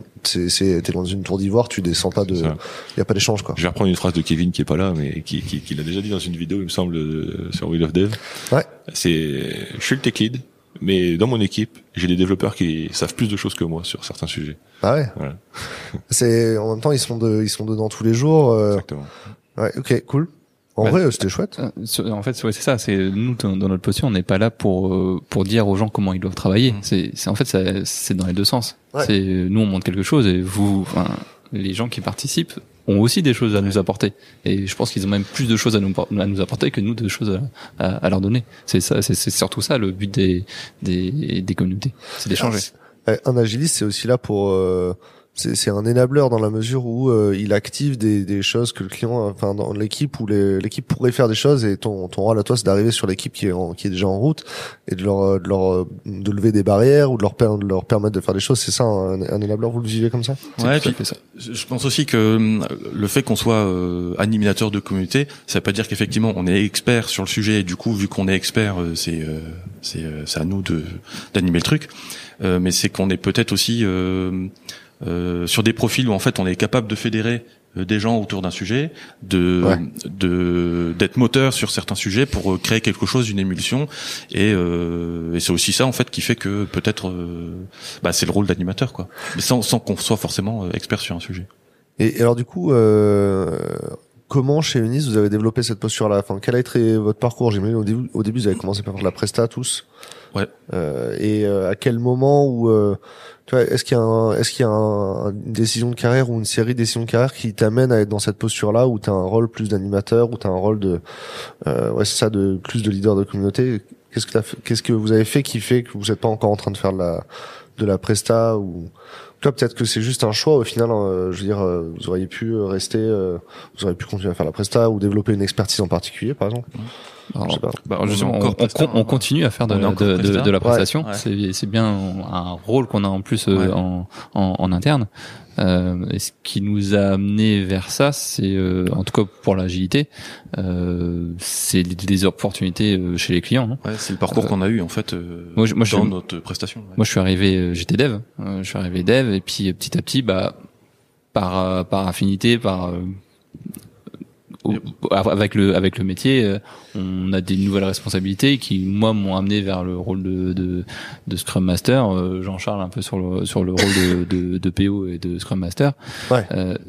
t'es dans une tour d'ivoire, tu descends pas y a pas d'échange quoi. Je vais reprendre une phrase de Kevin qui est pas là, mais qui l'a déjà dit dans une vidéo, il me semble, sur Wheel of Dev. Ouais. Je suis le tech lead, mais dans mon équipe, j'ai des développeurs qui savent plus de choses que moi sur certains sujets. Ah ouais. Voilà. En même temps, ils sont dedans tous les jours. Exactement. Ouais, ok, cool. En vrai, c'était chouette. En fait, ouais, c'est ça. C'est nous dans notre posture, on n'est pas là pour dire aux gens comment ils doivent travailler. C'est en fait, c'est dans les deux sens. Ouais. C'est nous, on montre quelque chose et vous, les gens qui participent ont aussi des choses à nous apporter. Et je pense qu'ils ont même plus de choses à nous apporter que nous de choses à leur donner. C'est ça, c'est surtout ça le but des communautés, c'est d'échanger. Un agiliste, c'est aussi là pour c'est un enabler dans la mesure où il active des choses que le client, enfin dans l'équipe, où l'équipe pourrait faire des choses, et ton rôle à toi c'est d'arriver sur l'équipe qui est déjà en route et de lever des barrières ou de leur permettre de faire des choses. C'est ça un enabler, vous le vivez comme ça? Ouais, puis ça. Je pense aussi que le fait qu'on soit animateur de communauté, ça veut pas dire qu'effectivement on est expert sur le sujet, et du coup vu qu'on est expert, c'est à nous d'animer le truc, mais c'est qu'on est peut-être aussi sur des profils où en fait on est capable de fédérer des gens autour d'un sujet, d'être moteur sur certains sujets pour créer quelque chose, une émulsion, et c'est aussi ça en fait qui fait que peut-être c'est le rôle d'animateur quoi, mais sans qu'on soit forcément expert sur un sujet. Et alors du coup comment chez Unis vous avez développé cette posture-là? Enfin, quel a été votre parcours? J'imagine au début vous avez commencé par faire de la presta tous. Ouais. Et à quel moment où tu vois, est-ce qu'il y a une décision de carrière ou une série de décisions de carrière qui t'amène à être dans cette posture-là, où t'as un rôle plus d'animateur, où t'as un rôle de c'est ça, de plus de leader de communauté? Qu'est-ce que vous avez fait qui fait que vous êtes pas encore en train de faire de la presta? Ou toi, peut-être que c'est juste un choix au final, je veux dire, vous auriez pu rester, vous auriez pu continuer à faire la presta ou développer une expertise en particulier par exemple. Alors, je sais pas. Justement, on continue à faire de la prestation. Ouais. C'est bien un rôle qu'on a en plus en interne. Et ce qui nous a amené vers ça, c'est en tout cas pour l'agilité, c'est des opportunités chez les clients. Non, ouais, c'est le parcours qu'on a eu en fait dans notre prestation. Ouais. Moi, je suis arrivé, j'étais dev. Je suis arrivé dev, et puis petit à petit, par affinité, avec le métier, on a des nouvelles responsabilités qui moi m'ont amené vers le rôle de Scrum Master. J'en charge un peu sur le rôle de PO et de Scrum Master. Ouais.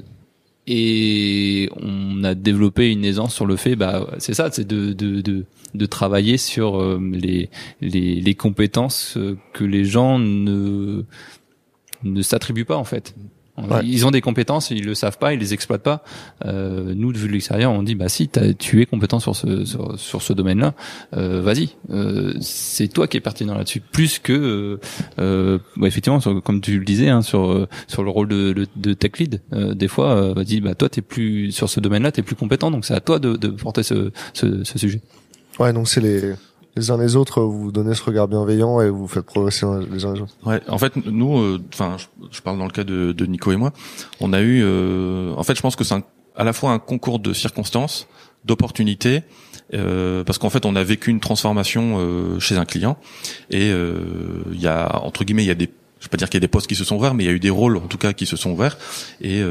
Et on a développé une aisance sur le fait, c'est ça, c'est de travailler sur les compétences que les gens ne s'attribuent pas en fait. Ouais. Ils ont des compétences, ils le savent pas, ils les exploitent pas. Nous, vu de l'extérieur, on dit si tu es compétent sur ce domaine-là, vas-y. C'est toi qui es pertinent là-dessus, plus que effectivement, comme tu le disais, sur le rôle de tech lead. Des fois, vas-y, toi t'es plus sur ce domaine-là, t'es plus compétent, donc c'est à toi de porter ce sujet. Ouais, donc c'est les uns les autres, vous donnez ce regard bienveillant et vous faites progresser les uns les autres. Ouais, en fait, nous, je parle dans le cas de Nico et moi, on a eu, en fait, je pense que c'est à la fois un concours de circonstances, d'opportunités, parce qu'en fait, on a vécu une transformation chez un client, et il y a, entre guillemets, il y a des, je vais pas dire qu'il y a des postes qui se sont ouverts, mais il y a eu des rôles, en tout cas, qui se sont ouverts, et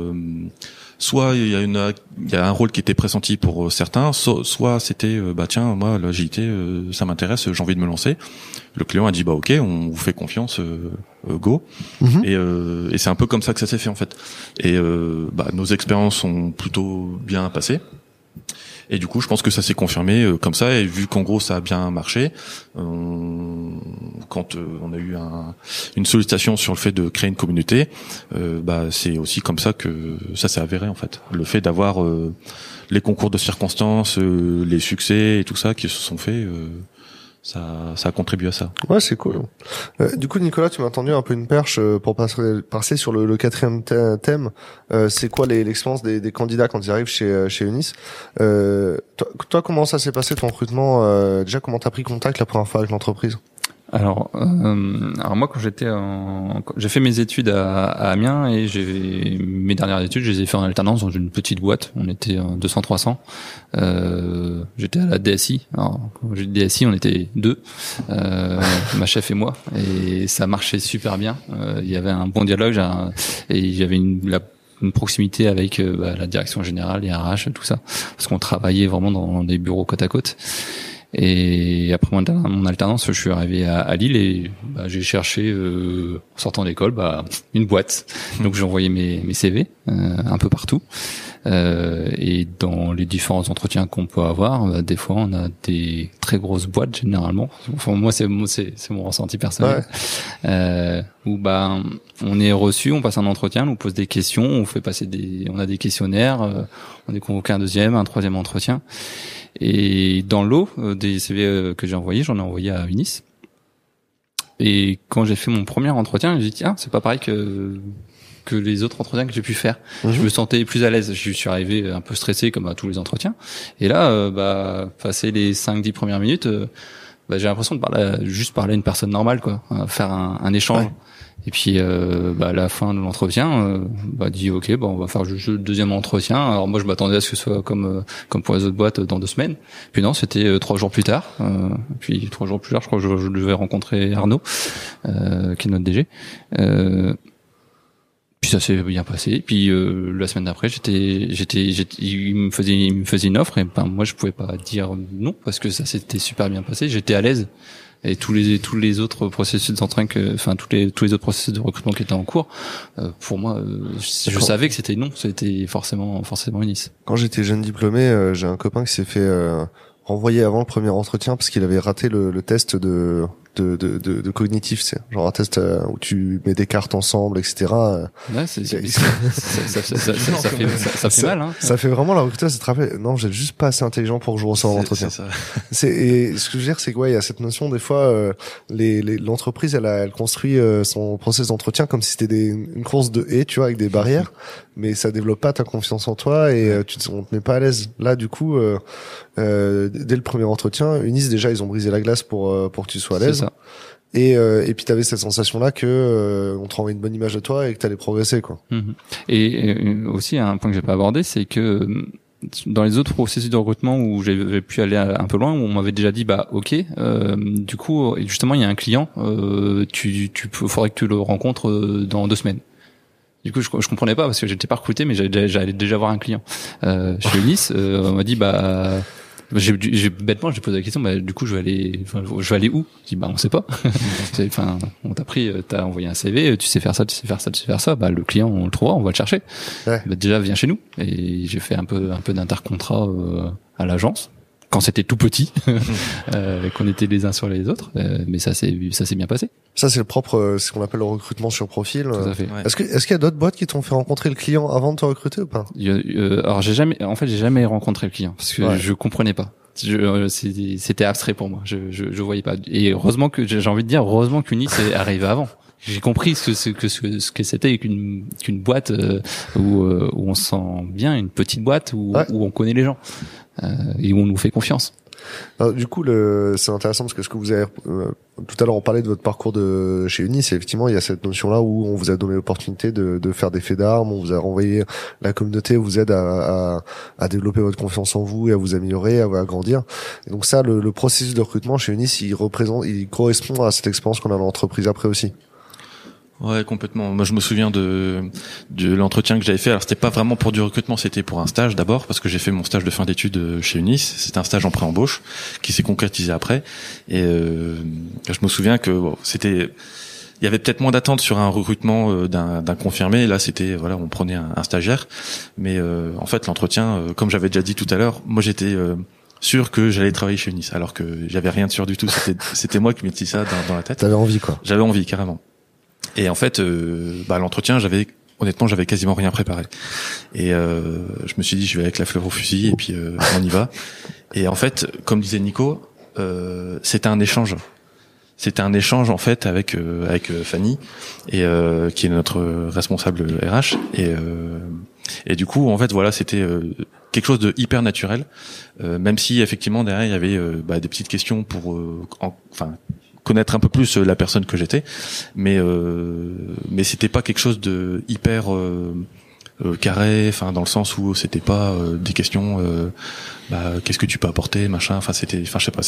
soit il y a un rôle qui était pressenti pour certains, soit c'était tiens, moi l'agilité ça m'intéresse, j'ai envie de me lancer. Le client a dit ok, on vous fait confiance, go. Mm-hmm. Et c'est un peu comme ça que ça s'est fait en fait. Et nos expériences sont plutôt bien passées. Et du coup, je pense que ça s'est confirmé comme ça. Et vu qu'en gros, ça a bien marché, quand on a eu une sollicitation sur le fait de créer une communauté, c'est aussi comme ça que ça s'est avéré en fait. Le fait d'avoir les concours de circonstances, les succès et tout ça qui se sont faits, ça a contribué à ça. Ouais, c'est cool. Du coup, Nicolas, tu m'as tendu un peu une perche pour passer sur le quatrième thème. C'est quoi l'expérience des candidats quand ils arrivent chez Unis? Toi, comment ça s'est passé ton recrutement? Déjà, comment t'as pris contact la première fois avec l'entreprise? Alors moi quand j'ai fait mes études à Amiens et mes dernières études je les ai fait en alternance dans une petite boîte. On était 200-300. J'étais à la DSI. Alors quand j'ai dit DSI, on était deux, ma chef et moi, et ça marchait super bien. Il y avait un bon dialogue et j'avais une proximité avec la direction générale, les RH, tout ça, parce qu'on travaillait vraiment dans des bureaux côte à côte. Et après mon alternance, je suis arrivé à Lille et j'ai cherché en sortant d'école une boîte. Donc j'ai envoyé mes CV un peu partout. Et dans les différents entretiens qu'on peut avoir, des fois on a des très grosses boîtes généralement. Enfin moi c'est mon ressenti personnel. Ouais. Où on est reçu, on passe un entretien, on nous pose des questions, on a des questionnaires, on est convoqué un troisième entretien. Et dans l'eau des CV que j'ai envoyés, j'en ai envoyé à Unis. Et quand j'ai fait mon premier entretien, j'ai dit c'est pas pareil que les autres entretiens que j'ai pu faire. Mm-hmm. Je me sentais plus à l'aise. Je suis arrivé un peu stressé comme à tous les entretiens. Et là, passé les 5-10 premières minutes, j'ai l'impression de parler à une personne normale, quoi, faire un échange. Ouais. Et puis à la fin de l'entretien, dit ok, on va faire juste le deuxième entretien. Alors moi je m'attendais à ce que ce soit comme pour les autres boîtes dans 2 semaines. Puis non, c'était 3 jours plus tard. Puis 3 jours plus tard, je crois que je devais rencontrer Arnaud, qui est notre DG. Puis ça s'est bien passé. Puis la semaine d'après, il me faisait une offre et moi je pouvais pas dire non parce que ça s'était super bien passé. J'étais à l'aise. Et tous les autres processus d'entretien tous les autres processus de recrutement qui étaient en cours, pour moi, je savais que c'était non, c'était forcément Unis. Quand j'étais jeune diplômé, j'ai un copain qui s'est fait renvoyer avant le premier entretien parce qu'il avait raté le test de cognitif, c'est genre un test où tu mets des cartes ensemble, etc. Ouais, ça fait mal, hein. Ça fait vraiment la recruteur se rappeler. Non, j'ai juste pas assez intelligent pour que je ressens l'entretien. Et ce que je veux dire, c'est que il y a cette notion des fois, l'entreprise, elle construit son process d'entretien comme si c'était une course de haies, tu vois, avec des barrières, mais ça développe pas ta confiance en toi et on te met pas à l'aise. Là, du coup, dès le premier entretien, Unis déjà, ils ont brisé la glace pour que tu sois à l'aise. Et puis t'avais cette sensation là que on te renvoie une bonne image de toi et que t'allais progresser, quoi. Mm-hmm. Et aussi un point que j'ai pas abordé, c'est que dans les autres processus de recrutement où j'avais pu aller un peu loin, où on m'avait déjà dit ok, du coup justement il y a un client, faudrait que tu le rencontres dans 2 semaines. Du coup, je comprenais pas parce que j'étais pas recruté, mais j'allais déjà voir un client. Chez Unis, on m'a dit bêtement, j'ai posé la question, du coup, je vais aller où? Je dis, on sait pas. Enfin, on t'a pris, t'as envoyé un CV, tu sais faire ça. Le client, on le trouvera, on va le chercher. Ouais. Déjà, viens chez nous. Et j'ai fait un peu d'intercontrat, à l'agence. Quand c'était tout petit, qu'on était les uns sur les autres, mais ça s'est bien passé. Ça, c'est ce qu'on appelle le recrutement sur profil. Tout à fait. Ouais. Est-ce qu'il y a d'autres boîtes qui t'ont fait rencontrer le client avant de te recruter ou pas? Alors j'ai jamais rencontré le client parce que je comprenais pas. C'était abstrait pour moi. Je voyais pas. Et heureusement heureusement qu'Unis est arrivé avant. J'ai compris ce que c'était qu'une boîte où on se sent bien, une petite boîte où on connaît les gens et où on nous fait confiance. Alors, du coup, c'est intéressant parce que ce que vous avez tout à l'heure, on parlait de votre parcours chez Unis, et effectivement, il y a cette notion-là où on vous a donné l'opportunité de faire des faits d'armes, on vous a renvoyé la communauté, vous aide à développer votre confiance en vous et à vous améliorer, à grandir. Et donc ça, le processus de recrutement chez Unis, il correspond à cette expérience qu'on a dans l'entreprise après aussi. Ouais, complètement. Moi, je me souviens de l'entretien que j'avais fait. Alors, c'était pas vraiment pour du recrutement, c'était pour un stage d'abord, parce que j'ai fait mon stage de fin d'études chez Unis. C'était un stage en pré-embauche qui s'est concrétisé après. Et je me souviens que il y avait peut-être moins d'attente sur un recrutement d'un confirmé. Là, c'était on prenait un stagiaire. Mais en fait, l'entretien, comme j'avais déjà dit tout à l'heure, moi j'étais sûr que j'allais travailler chez Unis, alors que j'avais rien de sûr du tout. C'était moi qui m'étais dit ça dans la tête. T'avais envie, quoi. J'avais envie, carrément. Et en fait, l'entretien, j'avais quasiment rien préparé. Et je me suis dit, je vais avec la fleur au fusil, et puis on y va. Et en fait, comme disait Nico, c'était un échange. C'était un échange en fait avec Fanny et qui est notre responsable RH. Et du coup, en fait, c'était quelque chose de hyper naturel, même si effectivement derrière il y avait des petites questions pour connaître un peu plus la personne que j'étais, mais c'était pas quelque chose de hyper carré, dans le sens où c'était pas des questions qu'est-ce que tu peux apporter, machin, c'était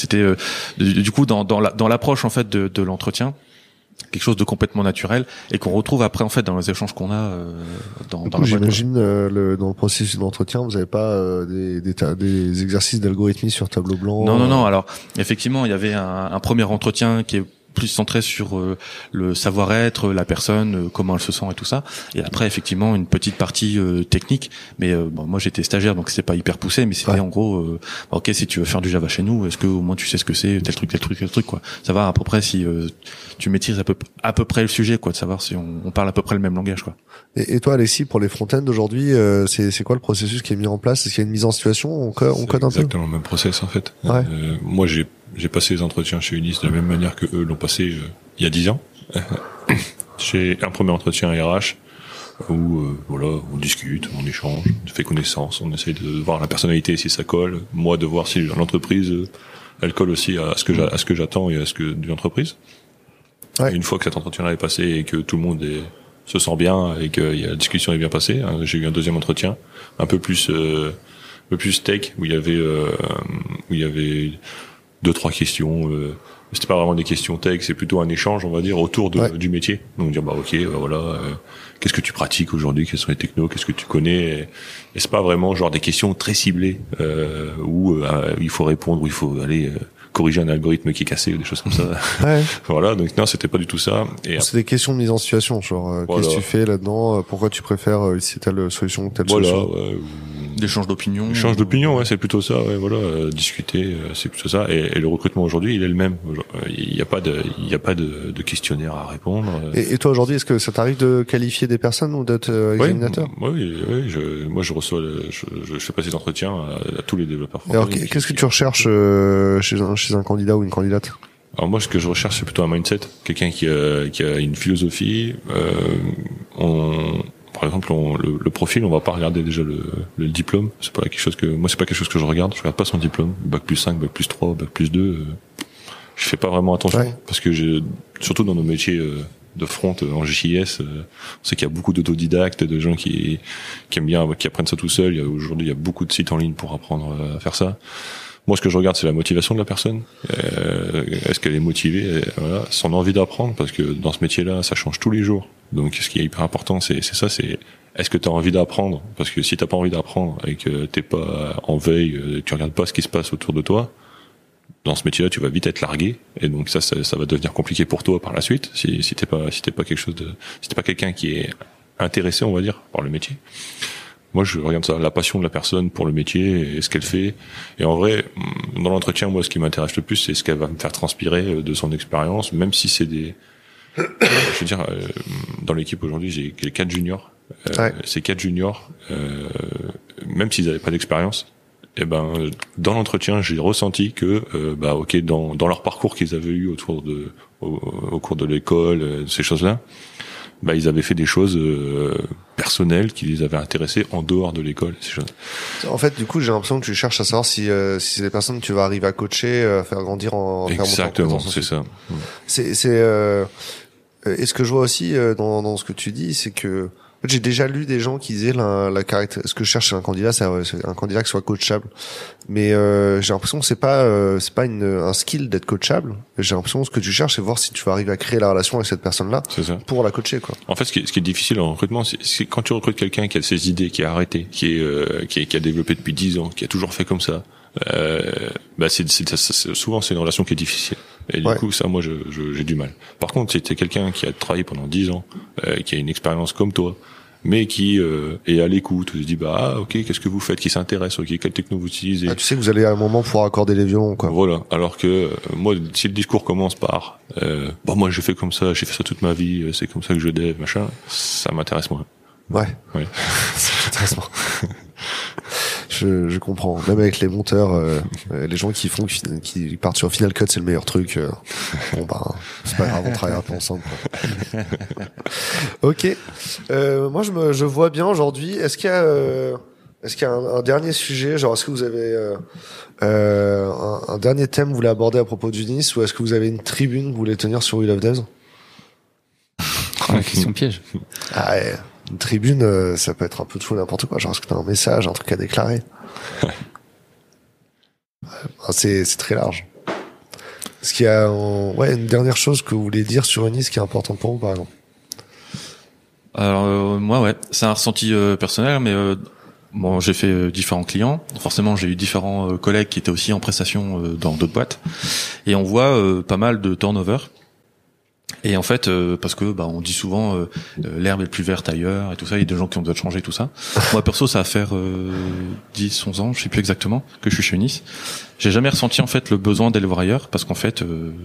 du coup dans l'approche en fait de l'entretien, quelque chose de complètement naturel et qu'on retrouve après en fait dans les échanges qu'on a dans la boîte. J'imagine dans le processus d'entretien, vous avez pas des exercices d'algorithmie sur tableau blanc. Non. Alors effectivement, il y avait un premier entretien qui est plus centré sur le savoir-être, la personne, comment elle se sent et tout ça. Et après, effectivement, une petite partie technique. Mais moi, j'étais stagiaire, donc c'est pas hyper poussé, mais c'était en gros, ok, si tu veux faire du Java chez nous, est-ce que au moins tu sais ce que c'est, tel truc, quoi. Ça va à peu près si tu maîtrises à peu près le sujet, quoi, de savoir si on parle à peu près le même langage, quoi. Et toi, Alexis, pour les front-end d'aujourd'hui, c'est quoi le processus qui est mis en place? Est-ce qu'il y a une mise en situation? On code un peu? Exactement le même process, en fait. Ouais. Moi, j'ai passé les entretiens chez Unis de la même manière que eux l'ont passé il y a 10 ans. J'ai un premier entretien RH où on discute, on échange, on fait connaissance, on essaye de voir la personnalité si ça colle, moi de voir si l'entreprise elle colle aussi à ce que j'attends et à ce que d'une entreprise. Ouais. Et une fois que cet entretien-là est passé et que tout le monde se sent bien et que la discussion est bien passée, j'ai eu un deuxième entretien un peu plus tech où il y avait 2-3 questions. C'était pas vraiment des questions tech, c'est plutôt un échange, on va dire, autour du métier. Donc dire qu'est-ce que tu pratiques aujourd'hui, quels sont les technos, qu'est-ce que tu connais, et c'est pas vraiment genre des questions très ciblées où il faut répondre, où il faut aller corriger un algorithme qui est cassé ou des choses comme ça. Ouais. Voilà, donc non, c'était pas du tout ça. Et c'est des questions de mise en situation, genre qu'est-ce que tu fais là-dedans, pourquoi tu préfères telle solution ou telle solution. D'échange d'opinion. Échange d'opinion, c'est plutôt ça, discuter, c'est plutôt ça. Et le recrutement aujourd'hui, il est le même. Il n'y a pas de questionnaire à répondre. Et toi aujourd'hui, est-ce que ça t'arrive de qualifier des personnes ou d'être examinateur? Oui, moi je reçois, je fais passer des entretiens à tous les développeurs. Alors qu'est-ce que tu recherches chez un candidat ou une candidate? Alors moi, ce que je recherche, c'est plutôt un mindset, quelqu'un qui a une philosophie. Par exemple, le profil, on va pas regarder déjà le diplôme. C'est pas quelque chose que je regarde. Je regarde pas son diplôme. Bac plus 5, bac plus 3, bac plus 2. Je fais pas vraiment attention parce que surtout dans nos métiers de front en JS, on sait qu'il y a beaucoup d'autodidactes, de gens qui aiment bien, qui apprennent ça tout seuls. Aujourd'hui, il y a beaucoup de sites en ligne pour apprendre à faire ça. Moi, ce que je regarde, c'est la motivation de la personne. Est-ce qu'elle est motivée, voilà, son envie d'apprendre, parce que dans ce métier-là, ça change tous les jours. Donc, ce qui est hyper important, c'est ça, c'est est-ce que tu as envie d'apprendre? Parce que si t'as pas envie d'apprendre et que t'es pas en veille, tu regardes pas ce qui se passe autour de toi, dans ce métier-là, tu vas vite être largué, et donc ça va devenir compliqué pour toi par la suite, si t'es pas quelqu'un qui est intéressé, on va dire, par le métier. Moi, je regarde ça, la passion de la personne pour le métier et ce qu'elle fait. Et en vrai, dans l'entretien, moi, ce qui m'intéresse le plus, c'est ce qu'elle va me faire transpirer de son expérience, même si c'est des... je veux dire, dans l'équipe aujourd'hui, j'ai 4 juniors. Ces 4 juniors, même s'ils n'avaient pas d'expérience, et ben, dans l'entretien, j'ai ressenti que, ok, dans leur parcours qu'ils avaient eu au cours de l'école, ces choses-là, ils avaient fait des choses personnelles qui les avaient intéressés en dehors de l'école, ces choses. En fait, du coup, j'ai l'impression que tu cherches à savoir si c'est des personnes que tu vas arriver à coacher, à faire grandir en Exactement, c'est ça. Et ce que je vois aussi dans ce que tu dis, c'est que en fait, j'ai déjà lu des gens qui disaient la caractère. Ce que je cherche chez un candidat, c'est un candidat qui soit coachable. Mais j'ai l'impression que c'est pas un skill d'être coachable. J'ai l'impression que ce que tu cherches, c'est voir si tu vas arriver à créer la relation avec cette personne-là pour la coacher, quoi. En fait, ce qui est difficile en recrutement, c'est quand tu recrutes quelqu'un qui a ses idées, qui a arrêté, qui a développé depuis 10 ans, qui a toujours fait comme ça. Souvent c'est une relation qui est difficile. Et du coup, ça, moi, j'ai du mal. Par contre, si t'es quelqu'un qui a travaillé pendant 10 ans, qui a une expérience comme toi, mais qui est à l'écoute, se dit ok, qu'est-ce que vous faites, qui s'intéresse, ok, quelle techno vous utilisez. Tu sais que vous allez à un moment pouvoir accorder les violons, quoi. Voilà. Alors que moi, si le discours commence par moi j'ai fait comme ça, j'ai fait ça toute ma vie, c'est comme ça que je dev, machin, ça m'intéresse moins. Ouais. Ça m'intéresse moins. Je comprends. Même avec les monteurs, les gens qui partent sur Final Cut, c'est le meilleur truc. C'est pas grave, on travaille un peu ensemble, quoi. Ok. Moi, je vois bien aujourd'hui. Est-ce qu'il y a un dernier sujet, genre est-ce que vous avez un dernier thème que vous voulez aborder à propos d'Unis, ou est-ce que vous avez une tribune que vous voulez tenir sur We Love Devs? La question piège. Ah ouais. Une tribune, ça peut être un peu tout n'importe quoi. Genre, est-ce que t'as un message, un truc à déclarer? C'est très large. Est-ce qu'il y a une dernière chose que vous voulez dire sur Unis qui est importante pour vous, par exemple? Alors moi, c'est un ressenti personnel, mais j'ai fait différents clients. Forcément, j'ai eu différents collègues qui étaient aussi en prestation dans d'autres boîtes, et on voit pas mal de turnover. Et en fait, parce que on dit souvent l'herbe est plus verte ailleurs et tout ça, il y a des gens qui ont besoin de changer tout ça. Moi perso, ça va faire 10, 11 ans, je sais plus exactement, que je suis chez Unis. J'ai jamais ressenti en fait le besoin d'aller voir ailleurs, parce qu'en fait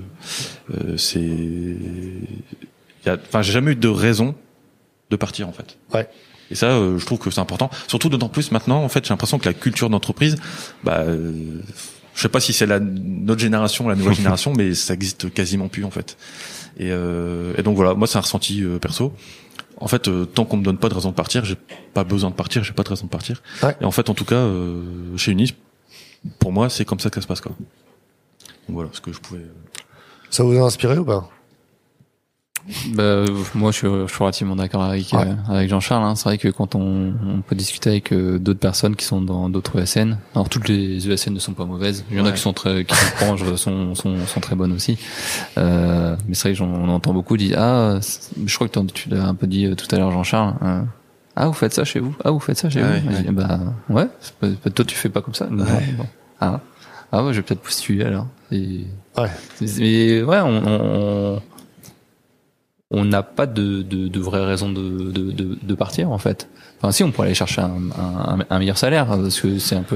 j'ai jamais eu de raison de partir, en fait. Ouais. Et ça, je trouve que c'est important. Surtout d'autant plus maintenant, en fait, j'ai l'impression que la culture d'entreprise, je sais pas si c'est notre génération, la nouvelle génération, mais ça existe quasiment plus, en fait. Et donc voilà, moi c'est un ressenti perso. En fait, tant qu'on me donne pas de raison de partir, j'ai pas besoin de partir, j'ai pas de raison de partir. Ouais. Et en fait, en tout cas, chez Unis, pour moi, c'est comme ça que ça se passe, quoi. Donc voilà, ce que je pouvais. Ça vous a inspiré ou pas? Moi, je suis relativement d'accord avec Jean-Charles. Hein. C'est vrai que quand on peut discuter avec d'autres personnes qui sont dans d'autres ESN, alors toutes les ESN ne sont pas mauvaises. Il y en a qui sont très sont très bonnes aussi. Mais c'est vrai que on entend beaucoup dire je crois que tu l'as un peu dit tout à l'heure, Jean-Charles. Vous faites ça chez vous? Vous faites ça chez vous? Ouais. Toi, tu fais pas comme ça. Non. Bon. Je vais peut-être postuler alors. Mais on n'a pas de vraie raison de partir, en fait. Enfin, si, on pourrait aller chercher un meilleur salaire, parce que c'est un peu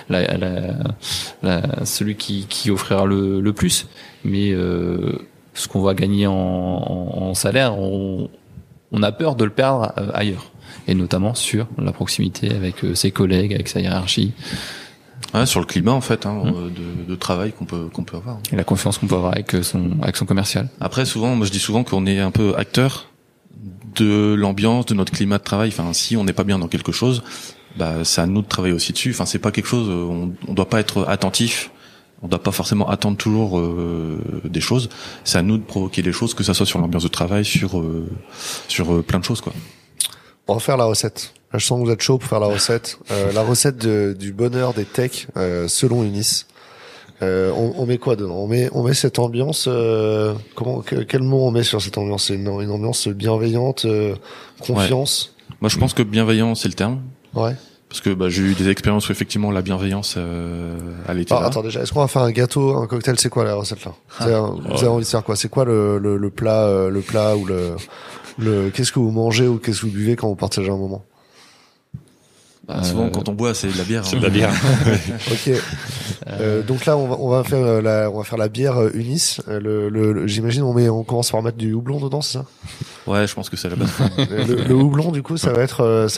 celui qui offrira le plus. Mais ce qu'on va gagner en salaire, on a peur de le perdre ailleurs, et notamment sur la proximité avec ses collègues, avec sa hiérarchie. Sur le climat, en fait, de travail qu'on peut avoir. Et la confiance qu'on peut avoir avec son commercial. Après, moi je dis souvent qu'on est un peu acteur de l'ambiance, de notre climat de travail. Enfin, si on n'est pas bien dans quelque chose, c'est à nous de travailler aussi dessus. Enfin, c'est pas quelque chose, on doit pas être attentif. On doit pas forcément attendre toujours des choses. C'est à nous de provoquer des choses, que ça soit sur l'ambiance de travail, sur plein de choses, quoi. On va faire la recette. Là, je sens que vous êtes chaud pour faire la recette. La recette du bonheur des techs selon Unis. On met quoi dedans? On met cette ambiance. Quel mot on met sur cette ambiance? C'est une ambiance bienveillante, confiance. Ouais. Moi, je pense que bienveillant, c'est le terme. Ouais. Parce que j'ai eu des expériences où effectivement la bienveillance elle était là. Attends, déjà, est-ce qu'on va faire un gâteau, un cocktail? C'est quoi la recette là? Vous avez envie de faire quoi? C'est quoi le plat ou le qu'est-ce que vous mangez ou qu'est-ce que vous buvez quand vous partagez un moment? Souvent, quand on boit, c'est de la bière. C'est de la bière. Ok. Donc là, on va faire la bière Unis. J'imagine on commence par mettre du houblon dedans, c'est ça? Ouais, je pense que c'est la base. Le houblon, du coup, ça va être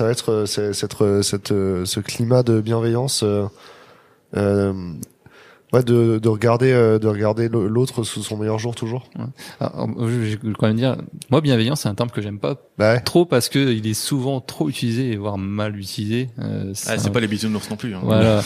ce climat de bienveillance. Ouais, de regarder l'autre sous son meilleur jour toujours. Ouais. Alors, je vais quand même dire, moi bienveillance c'est un terme que j'aime pas trop parce que il est souvent trop utilisé voire mal utilisé. C'est pas les bisounours non plus. Hein. Voilà.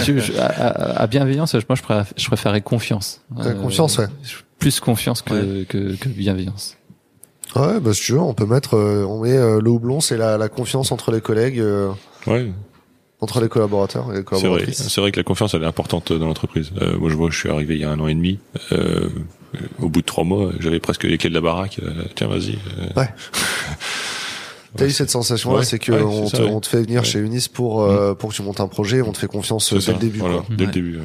à bienveillance, moi je préférais confiance. Confiance, ouais. Plus confiance que bienveillance. Ouais, bah si tu veux, on peut mettre, on met le houblon, c'est la confiance entre les collègues. Ouais. Entre les collaborateurs et les collaboratrices. C'est vrai que la confiance elle est importante dans l'entreprise. Moi je suis arrivé il y a 1 an et demi. Au bout de 3 mois, j'avais presque les clés de la baraque. Tiens, vas-y. Ouais. T'as eu cette sensation-là, c'est que on te fait venir chez Unis pour que tu montes un projet, on te fait confiance dès le début. Voilà, quoi. dès le début.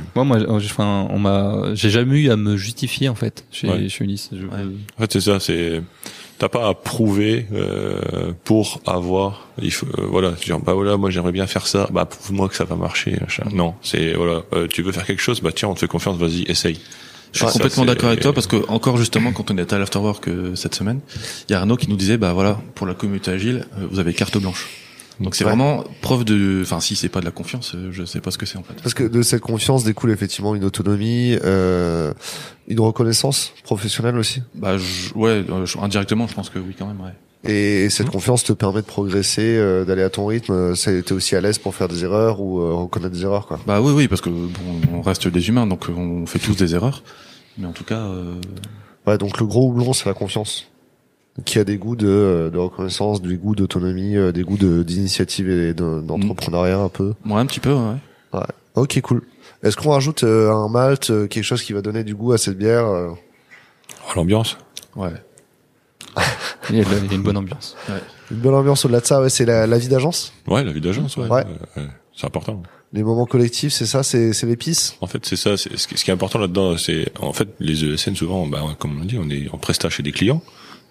Moi, j'ai jamais eu à me justifier en fait chez Unis. En fait, c'est ça. T'as pas à prouver pour avoir. Il faut genre voilà, moi j'aimerais bien faire ça. Bah prouve-moi que ça va marcher. Non, c'est voilà. Tu veux faire quelque chose, bah tiens, on te fait confiance. Vas-y, essaye. Je suis complètement d'accord avec toi parce que encore justement quand on était à l'afterwork cette semaine, il y a Arnaud qui nous disait bah voilà, pour la communauté agile, vous avez carte blanche. Donc c'est vraiment preuve de, enfin si c'est pas de la confiance, je sais pas ce que c'est en fait. Parce que de cette confiance découle effectivement une autonomie, une reconnaissance professionnelle aussi. Bah indirectement, je pense que oui quand même. Ouais. Et cette confiance te permet de progresser, d'aller à ton rythme. T'es aussi à l'aise pour faire des erreurs ou reconnaître des erreurs, quoi. Bah oui, parce que bon, on reste des humains, donc on fait tous des erreurs. Mais en tout cas. Ouais, donc le gros houblon, c'est la confiance. Qui a des goûts de reconnaissance, des goûts d'autonomie, des goûts d'initiative et d'entrepreneuriat un peu. Ouais, un petit peu, ouais. Ouais. Ok, cool. Est-ce qu'on rajoute un malt, quelque chose qui va donner du goût à cette bière L'ambiance. Ouais. Il y a une bonne ambiance. Ouais. Une bonne ambiance au-delà de ça, ouais, c'est la vie d'agence. Ouais, la vie d'agence, ouais. C'est important. Les moments collectifs, c'est ça, c'est l'épice. En fait, c'est ça. Ce qui est important là-dedans, c'est en fait les ESN souvent, comme on dit, on est en prestat chez des clients.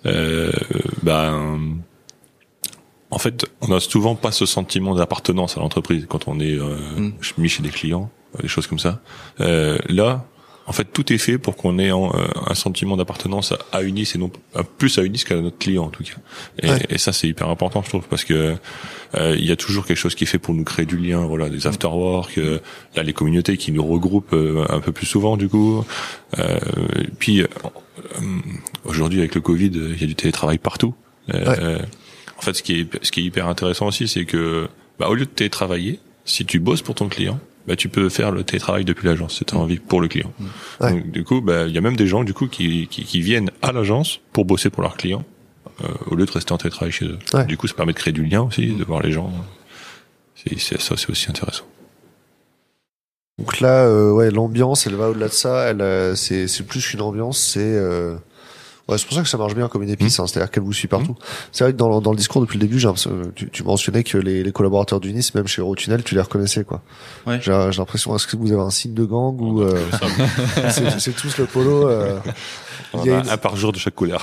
En fait, on a souvent pas ce sentiment d'appartenance à l'entreprise quand on est mis chez des clients, des choses comme ça. Là, en fait, tout est fait pour qu'on ait un sentiment d'appartenance à Unis et non plus à Unis qu'à notre client en tout cas. Et ça, c'est hyper important, je trouve, parce que il y a toujours quelque chose qui est fait pour nous créer du lien. Voilà, des afterwork, là les communautés qui nous regroupent un peu plus souvent du coup. Puis aujourd'hui avec le Covid, il y a du télétravail partout. En fait, ce qui est hyper intéressant aussi, c'est que au lieu de télétravailler, si tu bosses pour ton client, tu peux faire le télétravail depuis l'agence si tu as envie pour le client. Donc du coup, il y a même des gens du coup qui viennent à l'agence pour bosser pour leurs clients au lieu de rester en télétravail chez eux. Du coup, ça permet de créer du lien aussi, de voir les gens. C'est aussi intéressant. Donc là, l'ambiance, elle va au-delà de ça. C'est plus qu'une ambiance, c'est pour ça que ça marche bien comme une épice, c'est-à-dire qu'elle vous suit partout. C'est vrai que dans le discours depuis le début, tu mentionnais que les collaborateurs d'Unis, même chez Eurotunnel, tu les reconnaissais, quoi. Ouais. J'ai l'impression, est-ce que vous avez un signe de gang ou c'est tous le polo On a un par jour de chaque couleur.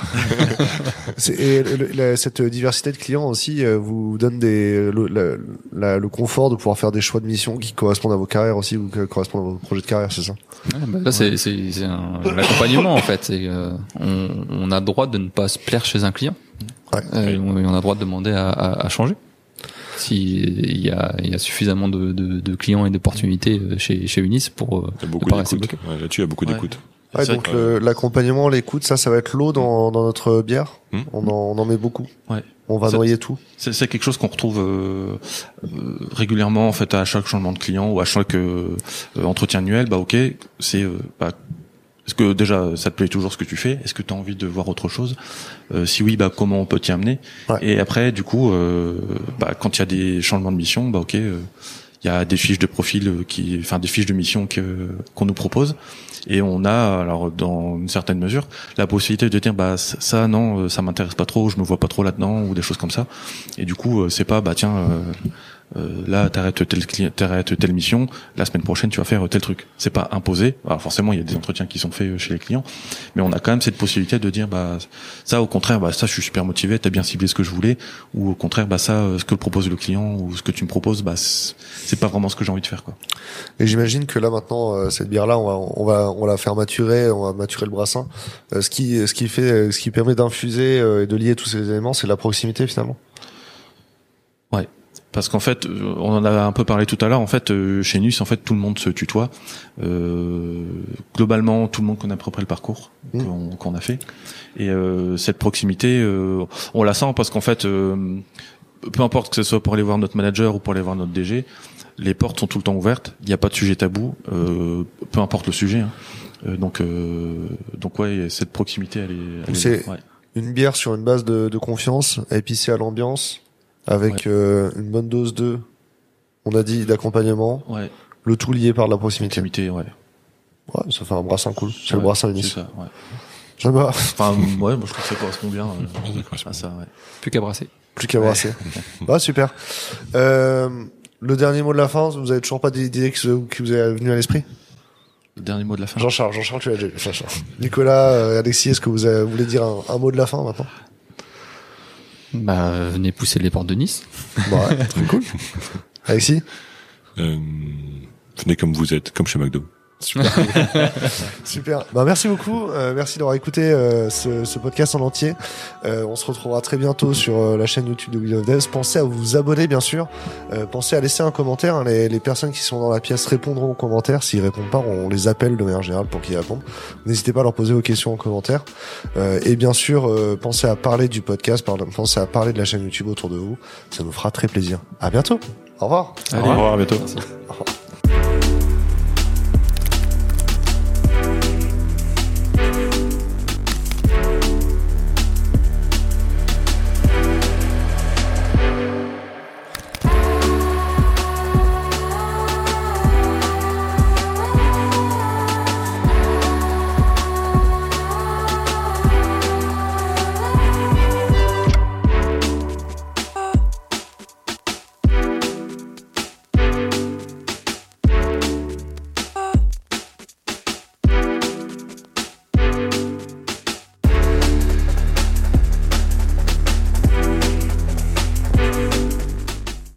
Cette diversité de clients aussi vous donne le confort de pouvoir faire des choix de mission qui correspondent à vos carrières aussi ou qui correspondent à vos projets de carrière, c'est ça? Là, c'est un accompagnement en fait. On a le droit de ne pas se plaire chez un client. On a le droit de demander à changer. S'il y a suffisamment de clients et d'opportunités chez Unis pour ne pas rester bloqué. Là-dessus, il y a beaucoup d'écoute. Ouais, donc l'accompagnement, l'écoute, ça va être l'eau dans notre bière. On en met beaucoup. Ouais. On va noyer tout. C'est quelque chose qu'on retrouve régulièrement en fait à chaque changement de client ou à chaque entretien annuel. Est-ce que déjà ça te plaît toujours ce que tu fais? Est-ce que tu as envie de voir autre chose? Si oui, comment on peut t'y amener? Et après, du coup, quand il y a des changements de mission, il il y a des fiches de profil des fiches de mission qu'on nous propose, et on a, alors dans une certaine mesure, la possibilité de dire ça non, ça m'intéresse pas trop, je me vois pas trop là-dedans, ou des choses comme ça. Et du coup, c'est pas là t'arrêtes telle mission, la semaine prochaine tu vas faire tel truc. C'est pas imposé. Alors forcément il y a des entretiens qui sont faits chez les clients, mais on a quand même cette possibilité de dire ça au contraire ça je suis super motivé, t'as bien ciblé ce que je voulais, ou au contraire ça ce que propose le client ou ce que tu me proposes c'est pas vraiment ce que j'ai envie de faire quoi. Et j'imagine que là maintenant cette bière là on va la faire maturer, on va maturer le brassin. Ce qui permet d'infuser et de lier tous ces éléments, c'est la proximité finalement. Ouais. Parce qu'en fait, on en a un peu parlé tout à l'heure. En fait, chez Nus, en fait, tout le monde se tutoie. Globalement, tout le monde connaît à peu près le parcours qu'on a fait. Et cette proximité, on la sent parce qu'en fait, peu importe que ce soit pour aller voir notre manager ou pour aller voir notre DG, les portes sont tout le temps ouvertes. Il n'y a pas de sujet tabou, peu importe le sujet. Hein. Donc ouais, cette proximité, elle est ouais. Une bière sur une base de confiance, épicée à l'ambiance. Avec une bonne dose on a dit, d'accompagnement. Ouais. Le tout lié par de la proximité. Ouais. Ouais, ça fait un brassin cool. C'est le brassin Unis. C'est ça, ouais. J'aime pas. Enfin, ouais, moi je trouve que ça correspond bien à ça, ouais. Plus qu'à brasser. Ah, super. Le dernier mot de la fin, vous avez toujours pas d'idée qui vous est venu à l'esprit? Le dernier mot de la fin. Jean-Charles, tu l'as déjà dit. Nicolas, Alexis, est-ce que vous voulez dire un mot de la fin maintenant? Venez pousser les portes de Nice. Ouais, très cool. Alexis? Venez comme vous êtes, comme chez McDo. Super. Super. Merci beaucoup. Merci d'avoir écouté ce podcast en entier. On se retrouvera très bientôt sur la chaîne YouTube de Wheel of Devs. Pensez à vous abonner, bien sûr. Pensez à laisser un commentaire. Hein. Les personnes qui sont dans la pièce répondront aux commentaires. S'ils répondent pas, on les appelle de manière générale pour qu'ils répondent. N'hésitez pas à leur poser vos questions en commentaire. Et bien sûr, pensez à parler du podcast. Pensez à parler de la chaîne YouTube autour de vous. Ça nous fera très plaisir. À bientôt. Au revoir. Allez, au revoir, à bientôt. Au revoir.